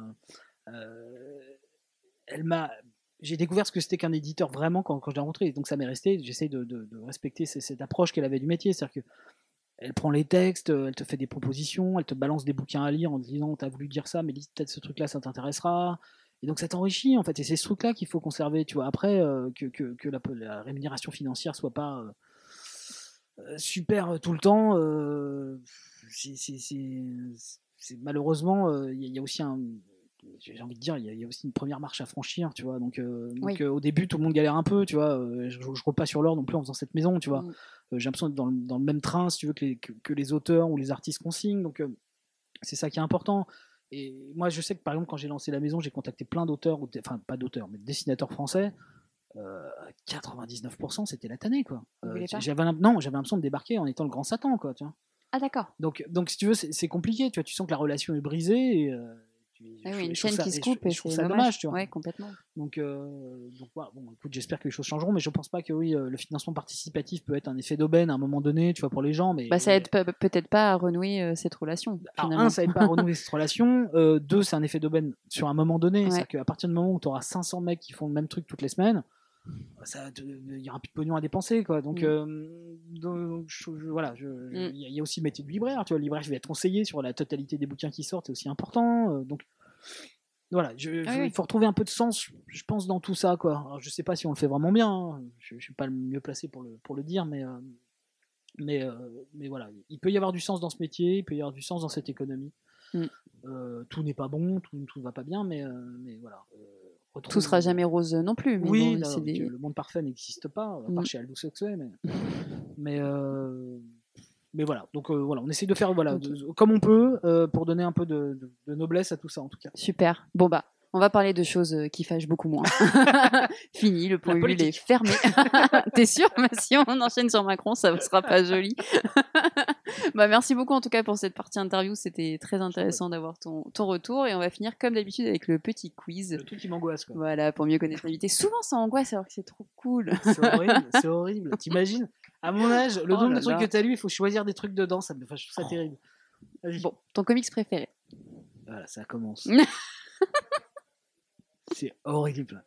euh, elle m'a... J'ai découvert ce que c'était qu'un éditeur vraiment quand, quand je l'ai rencontré, donc ça m'est resté. J'essaie de, de- de respecter ces- cette approche qu'elle avait du métier, c'est-à-dire que elle prend les textes, elle te fait des propositions, elle te balance des bouquins à lire en te disant t'as voulu dire ça, mais lis peut-être ce truc-là, ça t'intéressera. Et donc ça t'enrichit en fait, et c'est ce truc-là qu'il faut conserver, tu vois. Après, euh, que, que, que la, la rémunération financière soit pas euh, super euh, tout le temps, euh, c'est, c'est, c'est, c'est- malheureusement, euh, il y, a- il y a aussi un, j'ai envie de dire, il y, a- il y a aussi une première marche à franchir, tu vois. Donc, euh, donc Oui. euh, au début, tout le monde galère un peu, tu vois. Euh, je, je roule pas sur l'or non plus en faisant cette maison, tu vois. Mm. Euh, j'ai l'impression d'être dans le, dans le même train, si tu veux, que les, que, que les auteurs ou les artistes qu'on signe. Donc, euh, c'est ça qui est important. Et moi, je sais que par exemple, quand j'ai lancé la maison, j'ai contacté plein d'auteurs, ou de- enfin pas d'auteurs, mais de dessinateurs français. Euh, quatre-vingt-dix-neuf pour cent c'était la tannée, quoi. Vous Euh, voulez pas j'avais l'im- non, j'avais l'impression de débarquer en étant le grand Satan, quoi. Tu vois. Ah, d'accord. Donc, donc, si tu veux, c'est, c'est compliqué. Tu vois, tu sens que la relation est brisée. Et, euh, tu- Ah je, oui, une je trouve chaîne ça, qui se et je- coupe et et je trouve c'est ça dommage. dommage, tu vois. Ouais, complètement. Donc, euh, donc voilà, bon, écoute, j'espère que les choses changeront, mais je pense pas que oui, euh, le financement participatif peut être un effet d'aubaine à un moment donné, tu vois, pour les gens. Mais Bah, ça aide pe- peut-être pas à renouer euh, cette relation, alors, finalement. un, ça aide pas à renouer cette relation. Euh, deux, c'est un effet d'aubaine sur un moment donné. Ouais. C'est-à-dire qu'à partir du moment où tu auras cinq cents mecs qui font le même truc toutes les semaines, ça, te- il y aura plus de pognon à dépenser, quoi. Donc, Mm. euh, donc, je- je- voilà, je- je- Mm. il y, a- il y a aussi le métier de libraire. Tu vois, le libraire, je vais être conseillé sur la totalité des bouquins qui sortent, c'est aussi important. euh, donc, voilà, je- Ah je- oui. il faut retrouver un peu de sens, je pense, dans tout ça, quoi. Alors, je sais pas si on le fait vraiment bien. hein. Je, je suis pas le mieux placé pour le pour le dire, mais euh, mais euh, mais voilà, il peut y avoir du sens dans ce métier, il peut y avoir du sens dans cette économie. Mm. Euh, tout n'est pas bon, tout tout ne va pas bien, mais euh, mais voilà. euh, Tout retrouve- sera jamais rose non plus. Mais oui, bon, non, c'est des... que le monde parfait n'existe pas, à part Mm. chez Aldous Huxley, mais mais euh, mais voilà. Donc euh, voilà, on essaie de faire voilà Ok. de- comme on peut euh, pour donner un peu de, de- de noblesse à tout ça en tout cas. Super. Bon, bah, on va parler de choses euh, qui fâchent beaucoup moins. Fini, le point La Ulule est politique. fermé. T'es sûr? Mais si on enchaîne sur Macron, ça ne sera pas joli. Bah, merci beaucoup en tout cas pour cette partie interview. C'était très intéressant d'avoir ton, ton retour. Et on va finir comme d'habitude avec le petit quiz. Le truc qui m'angoisse quoi. Voilà, pour mieux connaître l'invité. Souvent, ça angoisse alors que c'est trop cool. C'est horrible, c'est horrible. T'imagines? À mon âge, le Oh nombre là de trucs là. que t'as lu, il faut choisir des trucs dedans. Ça me, enfin, je trouve ça terrible. Vas-y. Bon, ton comics préféré? Voilà, ça commence. C'est horrible.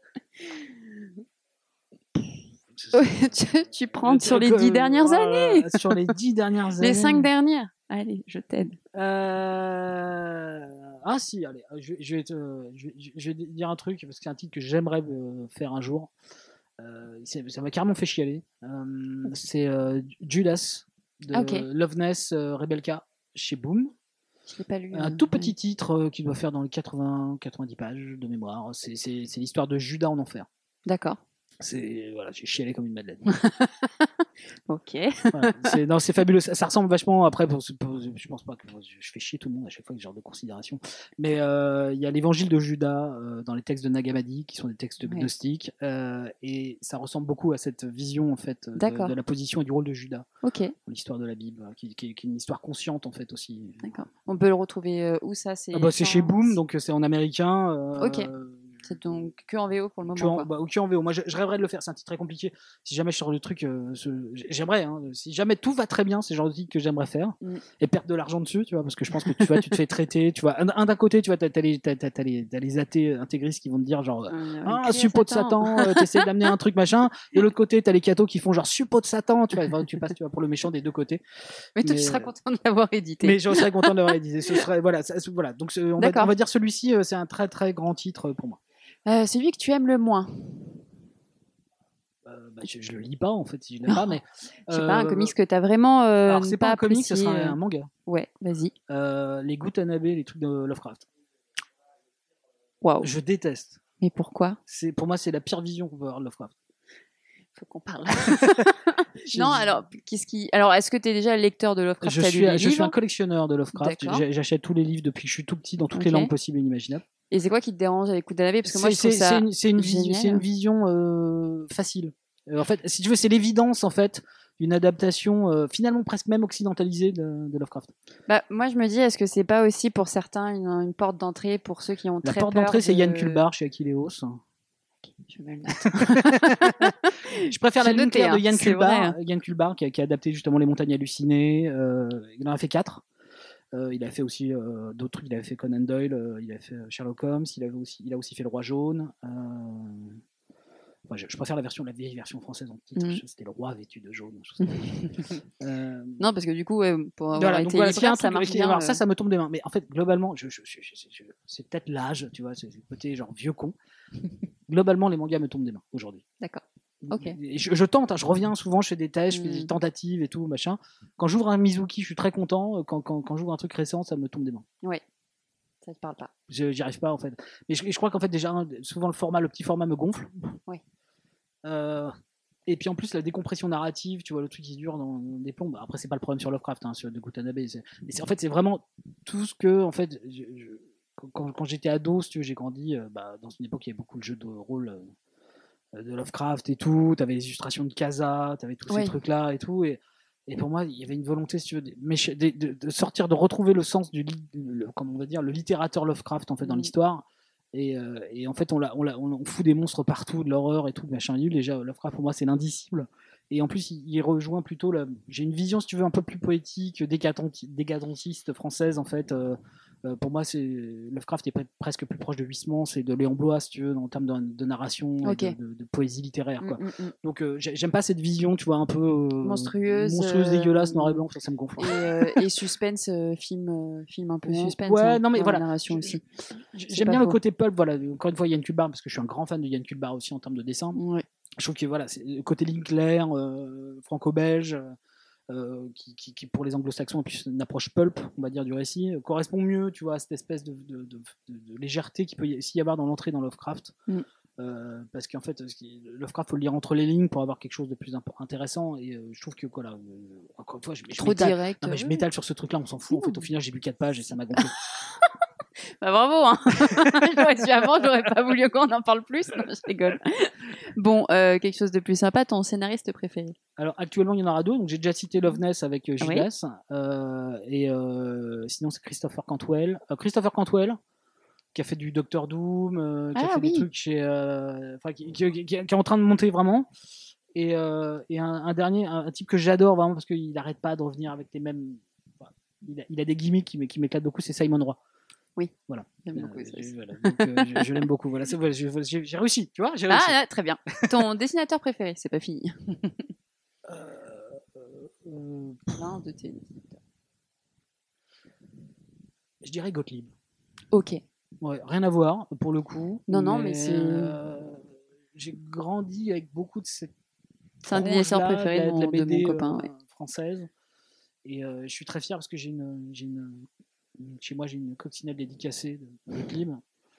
tu, tu prends sur les dix dernières Oh là années. là, sur les dix dernières années. Les cinq dernières. Allez, je t'aide. Euh... Ah si, allez, je, je vais te, je, vais- je vais dire un truc parce que c'est un titre que j'aimerais euh, faire un jour. Euh, c'est- ça m'a carrément fait chialer. Euh, c'est euh, Judas de Ah, ok. Loveness euh, Rebelka chez Boom. Je l'ai pas lu. Un euh, tout petit titre euh, qui doit faire dans les quatre-vingts quatre-vingt-dix pages de mémoire. C'est, c'est, c'est l'histoire de Judas en enfer. D'accord. C'est, voilà, j'ai chialé comme une madeleine. Ok. Voilà, c'est, non, c'est fabuleux. Ça, ça ressemble vachement, après, pour, pour, je pense pas que je, je fais chier tout le monde à chaque fois avec ce genre de considération. Mais il euh, y a l'évangile de Judas euh, dans les textes de Nag Hammadi, qui sont des textes Ouais. gnostiques. Euh, et ça ressemble beaucoup à cette vision, en fait, de, de la position et du rôle de Judas. Ok. Dans l'histoire de la Bible, qui, qui, qui est une histoire consciente, en fait, aussi. D'accord. On peut le retrouver euh, où ça c'est, ah bah, c'est sans... chez Boom, donc c'est en américain. Euh, ok. C'est donc que en V O pour le moment. Que en, quoi. Bah, ou que en V O. Moi, je, je rêverais de le faire. C'est un titre très compliqué. Si jamais je sors le truc, euh, ce, j'aimerais. Hein, si jamais tout va très bien, c'est le genre de titre que j'aimerais faire. Mm. Et perdre de l'argent dessus, tu vois, parce que je pense que tu vois, tu te fais traiter. Tu vois, un, un d'un côté, tu vois, t'as, t'as, les, t'as, t'as, les, t'as les athées intégristes qui vont te dire genre, euh, ah, un suppôt de Satan, euh, t'essaies d'amener un truc machin. Et de l'autre côté, t'as les cathos qui font genre suppôt de Satan. Tu vois, tu passes, tu vois, pour le méchant des deux côtés. Mais, mais toi, tu seras content de l'avoir édité. Mais je serais content de l'avoir édité. Ce serait, voilà, ça, voilà. Donc, on va, on va dire celui-ci, c'est un très très grand titre pour moi. Euh, celui que tu aimes le moins. Euh, bah, je, je le lis pas en fait si je l'aime pas, mais je sais euh, pas, un comics que t'as vraiment euh, alors c'est pas, pas un comics, ce sera euh... un manga. Ouais, vas-y. Euh, les Gutanabe, les trucs de Lovecraft. Waouh. Je déteste. Mais pourquoi? C'est pour moi c'est la pire vision qu'on peut avoir de Lovecraft. Faut qu'on parle. non, alors qu'est-ce qui Alors est-ce que tu es déjà lecteur de Lovecraft? Je suis, je suis un collectionneur de Lovecraft. J'achète tous les livres depuis que je suis tout petit dans toutes okay. les langues possibles et inimaginables. Et c'est quoi qui te dérange avec Gutanabe? Parce que moi je trouve c'est, ça c'est une, c'est une, génial. C'est une vision euh, facile. Euh, en fait, si tu veux, c'est l'évidence en fait d'une adaptation euh, finalement presque même occidentalisée de, de Lovecraft. Bah, moi je me dis, est-ce que c'est pas aussi pour certains une, une porte d'entrée pour ceux qui ont La très porte peur d'entrée, de... c'est Yann Kulbar chez Achilleos. Je, me le je préfère la ligne claire de Yann Kulbar, hein. Yann Kulbar qui a, qui a adapté justement Les Montagnes Hallucinées. Euh, il en a fait quatre. Euh, il a fait aussi euh, d'autres trucs. Il avait fait Conan Doyle, euh, il a fait Sherlock Holmes, il, avait aussi, il a aussi fait Le Roi Jaune. Euh... Enfin, je, je préfère la version, la vieille version française en titre. Mm. C'était Le Roi vêtu de jaune. euh... Non, parce que du coup, ouais, pour avoir voilà, été donc, voilà, éditeur, ça marche bien. Alors, euh... ça, ça me tombe des mains. Mais en fait, globalement, je, je, je, je, c'est peut-être l'âge, tu vois, c'est le côté genre vieux con. Globalement, les mangas me tombent des mains aujourd'hui. D'accord. Ok. Je, je tente, hein, je reviens souvent, je fais des tests, je fais des tentatives et tout, machin. Quand j'ouvre un Mizuki, je suis très content. Quand, quand, quand j'ouvre un truc récent, ça me tombe des mains. Oui. Ça te parle pas. Je, j'y arrive pas en fait. Mais je, je crois qu'en fait déjà, souvent le format, le petit format me gonfle. Oui. Euh, et puis en plus la décompression narrative, tu vois, le truc qui dure dans des plombs. Après c'est pas le problème sur Lovecraft, hein, sur de Gutanabe. C'est, mais c'est, en fait c'est vraiment tout ce que en fait, je, je, quand, quand j'étais ado, si tu veux, j'ai grandi euh, bah, dans une époque où il y avait beaucoup de jeux de rôle. Euh, de Lovecraft et tout, t'avais les illustrations de Casa, t'avais tous oui. ces trucs là et tout, et, et pour moi il y avait une volonté, si tu veux, de, de, de sortir, de retrouver le sens du, le, comment on va dire, le littérateur Lovecraft en fait dans mmh. l'histoire, et, euh, et en fait on, l'a, on, l'a, on fout des monstres partout, de l'horreur et tout, machin nul. Déjà Lovecraft pour moi c'est l'indicible, et en plus il, il rejoint plutôt la, j'ai une vision si tu veux un peu plus poétique, décadentiste française en fait. Euh, Euh, pour moi, c'est Lovecraft est pre- presque plus proche de Huysmans et de Léon Blois, si tu veux, en termes de, de narration, okay. et de, de, de poésie littéraire, quoi. Mm, mm. Donc, euh, j'aime pas cette vision, tu vois, un peu euh, monstrueuse, monstrueuse, euh, dégueulasse, noir et blanc, ça, ça me gonfle. Et, euh, et suspense, euh, film, euh, film un peu suspense. Ouais, hein, non mais voilà. La narration je, aussi. Je, j'aime bien faux. Le côté pulp, voilà. Encore une fois, Yann Kulbar, parce que je suis un grand fan de Yann Kulbar aussi en termes de dessin. Ouais. Je trouve que voilà, c'est le côté Linkler, euh, franco-belge. Euh, qui, qui, qui pour les anglo-saxons a plus une approche pulp, on va dire, du récit, euh, correspond mieux, tu vois, à cette espèce de, de, de, de, de légèreté qu'il peut y, y avoir dans l'entrée dans Lovecraft. Mm. Euh, parce qu'en fait, Lovecraft, faut le lire entre les lignes pour avoir quelque chose de plus imp- intéressant. Et euh, je trouve que, voilà, euh, encore une fois, je, je, Trop m'étale, direct. Non, mais je m'étale sur ce truc-là, on s'en fout. En fait, au final, j'ai bu quatre pages et ça m'a gonflé. Bah bravo, hein. J'aurais su avant, j'aurais pas voulu qu'on en parle plus. Non, je rigole. Bon, euh, quelque chose de plus sympa, ton scénariste préféré? Alors actuellement, il y en aura deux. Donc j'ai déjà cité Loveness avec euh, Gigas, oui. euh, et euh, sinon c'est Christopher Cantwell. Euh, Christopher Cantwell, qui a fait du Doctor Doom, euh, qui ah, a fait oui. des trucs chez, euh, enfin, qui, qui, qui, qui est en train de monter vraiment. Et, euh, et un, un dernier, un, un type que j'adore vraiment parce qu'il n'arrête pas de revenir avec les mêmes. Enfin, il, a, il a des gimmicks qui, qui m'éclatent beaucoup. C'est Simon Roy. Oui, voilà. J'aime beaucoup euh, ça voilà. Donc, euh, je, je l'aime beaucoup. Voilà, c'est, voilà j'ai, j'ai, j'ai réussi, tu vois. J'ai réussi. Ah, là, très bien. Ton dessinateur préféré, c'est pas fini. euh, euh, L'un de tes dessinateurs. Je dirais Gottlieb. Ok. Ouais, rien à voir pour le coup. Non, non, mais, mais c'est. Euh, j'ai grandi avec beaucoup de cette. C'est un des dessinateurs préférés de, la, de, la B D, de mon copain, euh, ouais. Française. Et euh, je suis très fier parce que j'ai une, j'ai une chez moi, j'ai une coccinelle dédicacée de Gottlieb.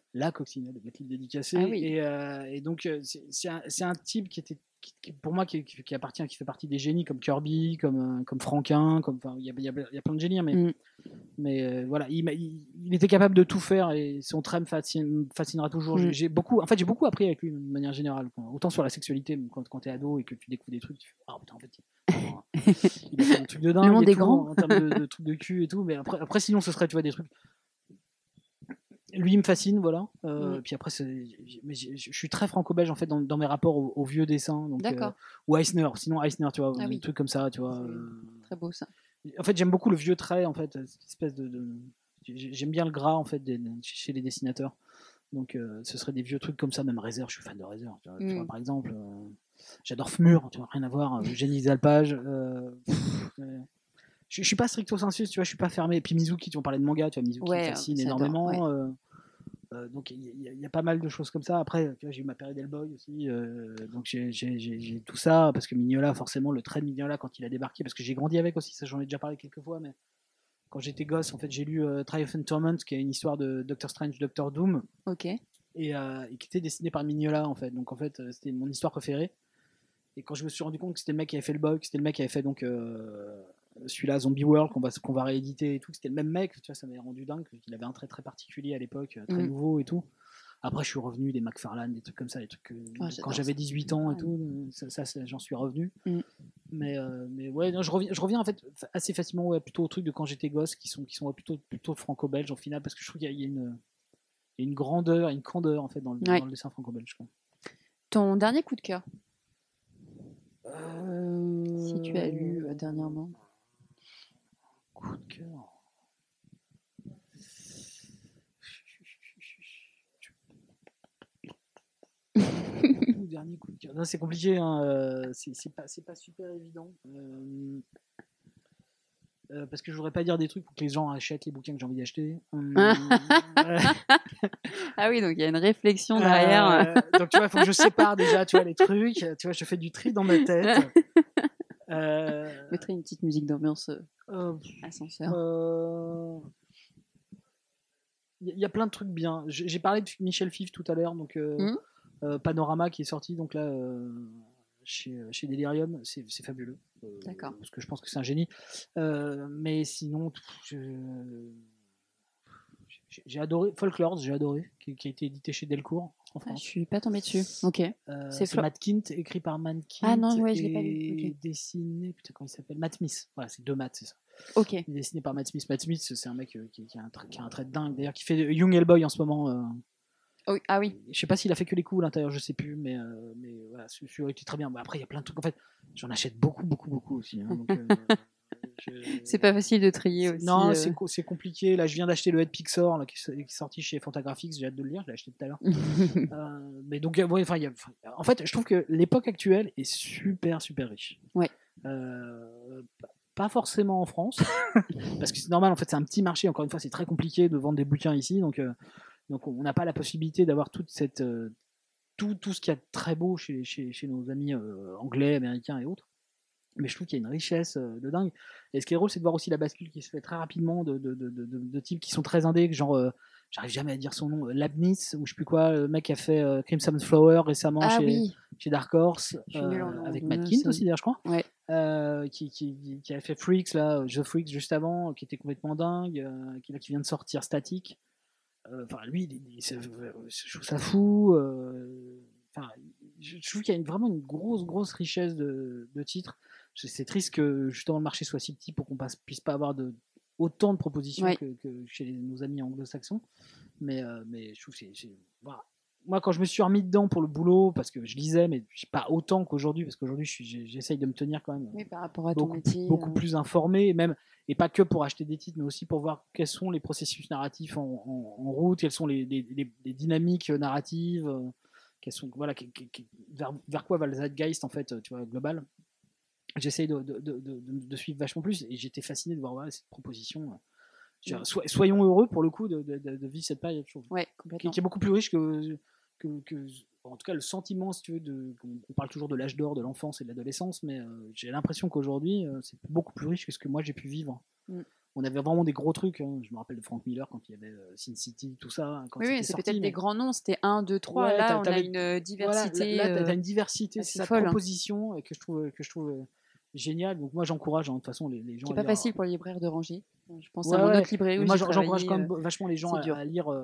la coccinelle de Mathilde Dédicacé. Ah oui. Et, euh, et donc, euh, c'est, c'est, un, c'est un type qui était, qui, qui, pour moi, qui, qui, appartient, qui fait partie des génies comme Kirby, comme, euh, comme Franquin, comme, enfin, il y a, y, a, y a plein de génies, mais, mm. mais euh, voilà, il, il, il était capable de tout faire et son trait me fascine, fascinera toujours. Mm. J'ai, j'ai beaucoup, en fait, j'ai beaucoup appris avec lui de manière générale, quoi. Autant sur la sexualité, quand, quand t'es ado et que tu découvres des trucs, tu fais, ah, putain, en fait, il, il a fait un truc de dingue. Le monde et est tout, grand. En, en termes de, de trucs de cul et tout, mais après, après, sinon, ce serait, tu vois, des trucs. Lui, il me fascine, voilà. Euh, mmh. Puis après, c'est, mais je, je suis très franco-belge en fait dans, dans mes rapports aux, aux vieux dessins. Donc, D'accord. Euh, ou Eisner, sinon Eisner, tu vois, ah, des oui. trucs comme ça, tu vois. C'est euh... très beau ça. En fait, j'aime beaucoup le vieux trait, en fait, cette espèce de, de... j'aime bien le gras en fait des, chez les dessinateurs. Donc, euh, ce serait des vieux trucs comme ça, même Reiser, je suis fan de Reiser. Tu vois, mmh. tu vois, par exemple, euh... j'adore Fmur, tu vois, rien à voir. Génie des alpages. Euh... Je, je suis pas stricto sensu, tu vois, je suis pas fermé. Et puis Mizuki, tu en parlais de manga, tu vois, Mizuki ouais, me fascine énormément. Ouais. Euh, euh, donc il y, y, y a pas mal de choses comme ça. Après, tu vois, j'ai eu ma période Hellboy aussi, euh, donc j'ai, j'ai, j'ai, j'ai tout ça parce que Mignola, forcément, le trait de Mignola quand il a débarqué, parce que j'ai grandi avec aussi, ça j'en ai déjà parlé quelques fois, mais quand j'étais gosse, en fait, j'ai lu euh, Triumph and Torment, qui est une histoire de Doctor Strange, Doctor Doom, ok, et, euh, et qui était dessiné par Mignola en fait. Donc en fait, c'était mon histoire préférée. Et quand je me suis rendu compte que c'était le mec qui avait fait le bug, que c'était le mec qui avait fait donc euh, celui-là, Zombie World, qu'on va, qu'on va rééditer et tout, que c'était le même mec, tu vois, ça m'avait rendu dingue, qu'il avait un trait très particulier à l'époque, très mmh. nouveau et tout. Après, je suis revenu des McFarlane, des trucs comme ça, des trucs que, oh, quand j'avais dix-huit ans et tout, ça, ça, ça j'en suis revenu. Mmh. Mais, euh, mais ouais, non, je, reviens, je reviens en fait assez facilement ouais, plutôt aux trucs de quand j'étais gosse, qui sont, qui sont ouais, plutôt, plutôt franco-belges en final, parce que je trouve qu'il y a, il y a, une, il y a une grandeur, une candeur en fait dans le, ouais. dans le dessin franco-belge. Quoi. Ton dernier coup de cœur euh... Si tu as lu euh, dernièrement. Coup de cœur. Dernier coup de cœur. Non, c'est compliqué, hein. euh, c'est, c'est, pas, c'est pas super évident. Euh... Euh, parce que je voudrais pas dire des trucs pour que les gens achètent les bouquins que j'ai envie d'acheter. Hum, ah oui, donc il y a une réflexion derrière. Euh, donc tu vois, il faut que je sépare déjà, tu vois, les trucs. Tu vois, je fais du tri dans ma tête. Euh... Je mettrai une petite musique d'ambiance euh, ascenseur. Il euh... y a plein de trucs bien. J'ai parlé de Michel Fif tout à l'heure, donc euh, mmh. euh, Panorama qui est sorti, donc là. Euh... Chez, chez Delirium, c'est, c'est fabuleux. Euh, D'accord. Parce que je pense que c'est un génie. Euh, mais sinon, je, j'ai adoré Folklore, j'ai adoré, qui, qui a été édité chez Delcourt en France. Ah, je suis pas tombé dessus. Ok. Euh, c'est c'est Flo... Matt Kint, écrit par Matt Kint. Ah non, ouais, je l'ai pas lu. Okay. Dessiné, putain, comment il s'appelle Matt Smith. Voilà, c'est deux Matt, c'est ça. Ok. Il est dessiné par Matt Smith. Matt Smith, c'est un mec qui, qui, a, un trait, qui a un trait de dingue, d'ailleurs, qui fait Young Hellboy en ce moment. Euh... Oh, ah oui. Je sais pas s'il a fait que les coups à l'intérieur, je sais plus, mais, euh, mais voilà, celui-là était très bien. Bah, après, il y a plein de trucs. En fait, j'en achète beaucoup, beaucoup, beaucoup aussi. Hein, donc, euh, je... C'est pas facile de trier aussi. Non, euh... c'est, c'est compliqué. Là, je viens d'acheter le Head Pixar là, qui, qui est sorti chez Fantagraphics. J'ai hâte de le lire. Je l'ai acheté tout à l'heure. euh, mais donc, ouais, enfin, y a... en fait, je trouve que l'époque actuelle est super, super riche. Ouais. Euh, pas forcément en France, parce que c'est normal. En fait, c'est un petit marché. Encore une fois, c'est très compliqué de vendre des bouquins ici, donc. Euh, Donc on n'a pas la possibilité d'avoir toute cette, euh, tout, tout ce qu'il y a de très beau chez, chez, chez nos amis euh, anglais, américains et autres. Mais je trouve qu'il y a une richesse euh, de dingue. Et ce qui est drôle, c'est de voir aussi la bascule qui se fait très rapidement de, de, de, de, de types qui sont très indés, genre, euh, j'arrive jamais à dire son nom, Labnis, ou je sais plus quoi, le mec qui a fait euh, Crimson Flower récemment ah, chez, oui. chez Dark Horse, euh, avec Matt Kint aussi d'ailleurs, je crois. Ouais. Euh, qui, qui, qui a fait Freaks, là, The Freaks juste avant, qui était complètement dingue, euh, qui, là, qui vient de sortir Static. Enfin, euh, lui, il, il, il, je trouve ça fou. Enfin, euh, je trouve qu'il y a une, vraiment une grosse, grosse richesse de, de titres. C'est triste que justement le marché soit si petit pour qu'on passe, puisse pas avoir de, autant de propositions ouais. que, que chez les, nos amis anglo-saxons. Mais, euh, mais je trouve que c'est. Voilà. Moi, quand je me suis remis dedans pour le boulot, parce que je lisais, mais pas autant qu'aujourd'hui, parce qu'aujourd'hui, j'essaye de me tenir quand même oui, par rapport à beaucoup, ton métier, beaucoup euh... plus informé, et même, et pas que pour acheter des titres, mais aussi pour voir quels sont les processus narratifs en, en, en route, quelles sont les, les, les, les dynamiques narratives, euh, quelles sont, voilà, qu qu qu vers, vers quoi va le zeitgeist, en fait, tu vois, global. J'essaye de, de, de, de, de suivre vachement plus, et j'étais fasciné de voir voilà, cette proposition. Euh, So, soyons heureux pour le coup de, de, de, de vivre cette période, je trouve, ouais, qui, qui est beaucoup plus riche que, que, que en tout cas le sentiment, si tu veux, de, on parle toujours de l'âge d'or de l'enfance et de l'adolescence, mais euh, j'ai l'impression qu'aujourd'hui euh, c'est beaucoup plus riche que ce que moi j'ai pu vivre. Mm. on avait vraiment des gros trucs. Hein. Je me rappelle de Frank Miller quand il y avait euh, Sin City, tout ça. Quand oui, oui, c'est peut-être mais... des grands noms. C'était un, deux, trois. Ouais, là, on a une diversité. Voilà, là, là tu as une diversité, c'est ça, de propositions que je trouve, que je trouve euh, génial. Donc, moi, j'encourage hein, de toute façon les, les gens. C'est pas lire, facile pour les libraires de ranger. Je pense ouais, à mon ouais. autre librairie où moi, j'ai j'encourage quand même euh, vachement les gens à, à lire. Euh,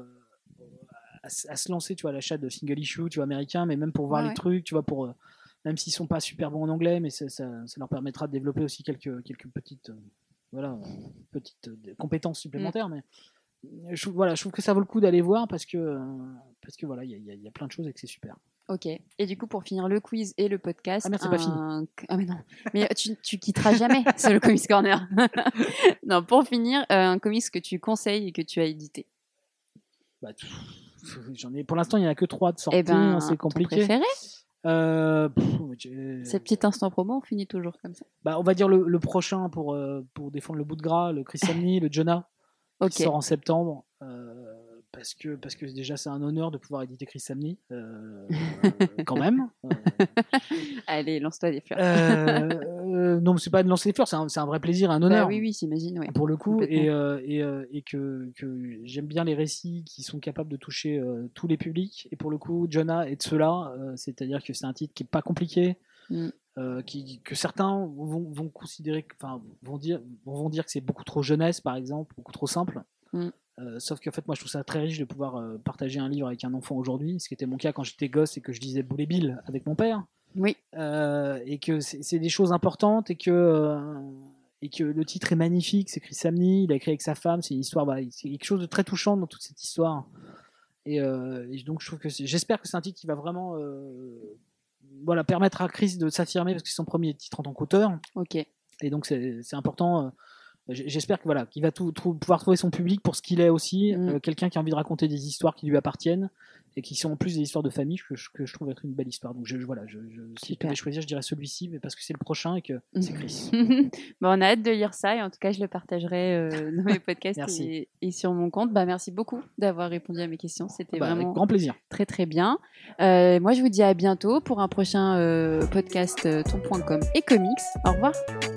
à, à se lancer, tu vois, à l'achat de single issue, tu vois, américain, mais même pour voir ouais, les ouais. trucs, tu vois, pour. Euh, même s'ils sont pas super bons en anglais, mais ça, ça, ça leur permettra de développer aussi quelques, quelques petites, euh, voilà, euh, petites euh, compétences supplémentaires. Mm. Mais je, voilà, je trouve que ça vaut le coup d'aller voir parce que, euh, parce que voilà, il y, y, y a plein de choses et que c'est super. Ok. Et du coup, pour finir le quiz et le podcast, ah merde, c'est un... pas fini. Ah mais non, mais tu, tu quitteras jamais sur le Comics Corner. Non, pour finir, euh, un comics que tu conseilles et que tu as édité. Bah, j'en ai. Pour l'instant, il y en a que trois de sortie. Eh ben, c'est compliqué. Ton préféré? Euh, pff, Ces petits instants promo, on finit toujours comme ça. Bah, on va dire le, le prochain pour, euh, pour défendre le bout de gras, le Chris Samney, le Jonah, qui okay. sort en septembre. Euh, parce, que, parce que déjà, c'est un honneur de pouvoir éditer Chris Samney, euh, quand même. Euh, Allez, lance-toi des fleurs. euh, euh, non, c'est pas de lancer des fleurs, c'est un, c'est un vrai plaisir, un honneur. Bah, oui, oui, j'imagine. Ouais. Pour le coup, et, euh, et, euh, et que, que j'aime bien les récits qui sont capables de toucher euh, tous les publics. Et pour le coup, Jonah est de ceux-là, euh, c'est-à-dire que c'est un titre qui n'est pas compliqué. Mm. Euh, qui, que certains vont, vont considérer, enfin vont dire, vont dire que c'est beaucoup trop jeunesse par exemple, beaucoup trop simple. Mm. Euh, sauf qu'en fait moi je trouve ça très riche de pouvoir euh, partager un livre avec un enfant aujourd'hui, ce qui était mon cas quand j'étais gosse et que je lisais Boule et Bill avec mon père. Oui. Euh, et que c'est, c'est des choses importantes et que euh, et que le titre est magnifique. C'est Chris Samney, il a écrit avec sa femme, c'est une histoire, bah, c'est quelque chose de très touchant dans toute cette histoire. Et, euh, et donc je trouve que c'est, j'espère que c'est un titre qui va vraiment euh, voilà, permettre à Chris de s'affirmer parce que c'est son premier titre en tant qu'auteur. Ok. Et donc c'est, c'est important. Euh, j'espère que voilà, qu'il va tout, tout, pouvoir trouver son public pour ce qu'il est aussi, mm. euh, quelqu'un qui a envie de raconter des histoires qui lui appartiennent et qui sont en plus des histoires de famille que je, que je trouve être une belle histoire. Donc je, je voilà, je, je, si je devais choisir, je dirais celui-ci, mais parce que c'est le prochain et que c'est Chris. Bon, on a hâte de lire ça et en tout cas je le partagerai euh, dans mes podcasts et, et sur mon compte. Bah, merci beaucoup d'avoir répondu à mes questions, c'était bah, vraiment avec grand plaisir. Très très bien. Euh, moi je vous dis à bientôt pour un prochain euh, podcast euh, ton point com et comics. Au revoir.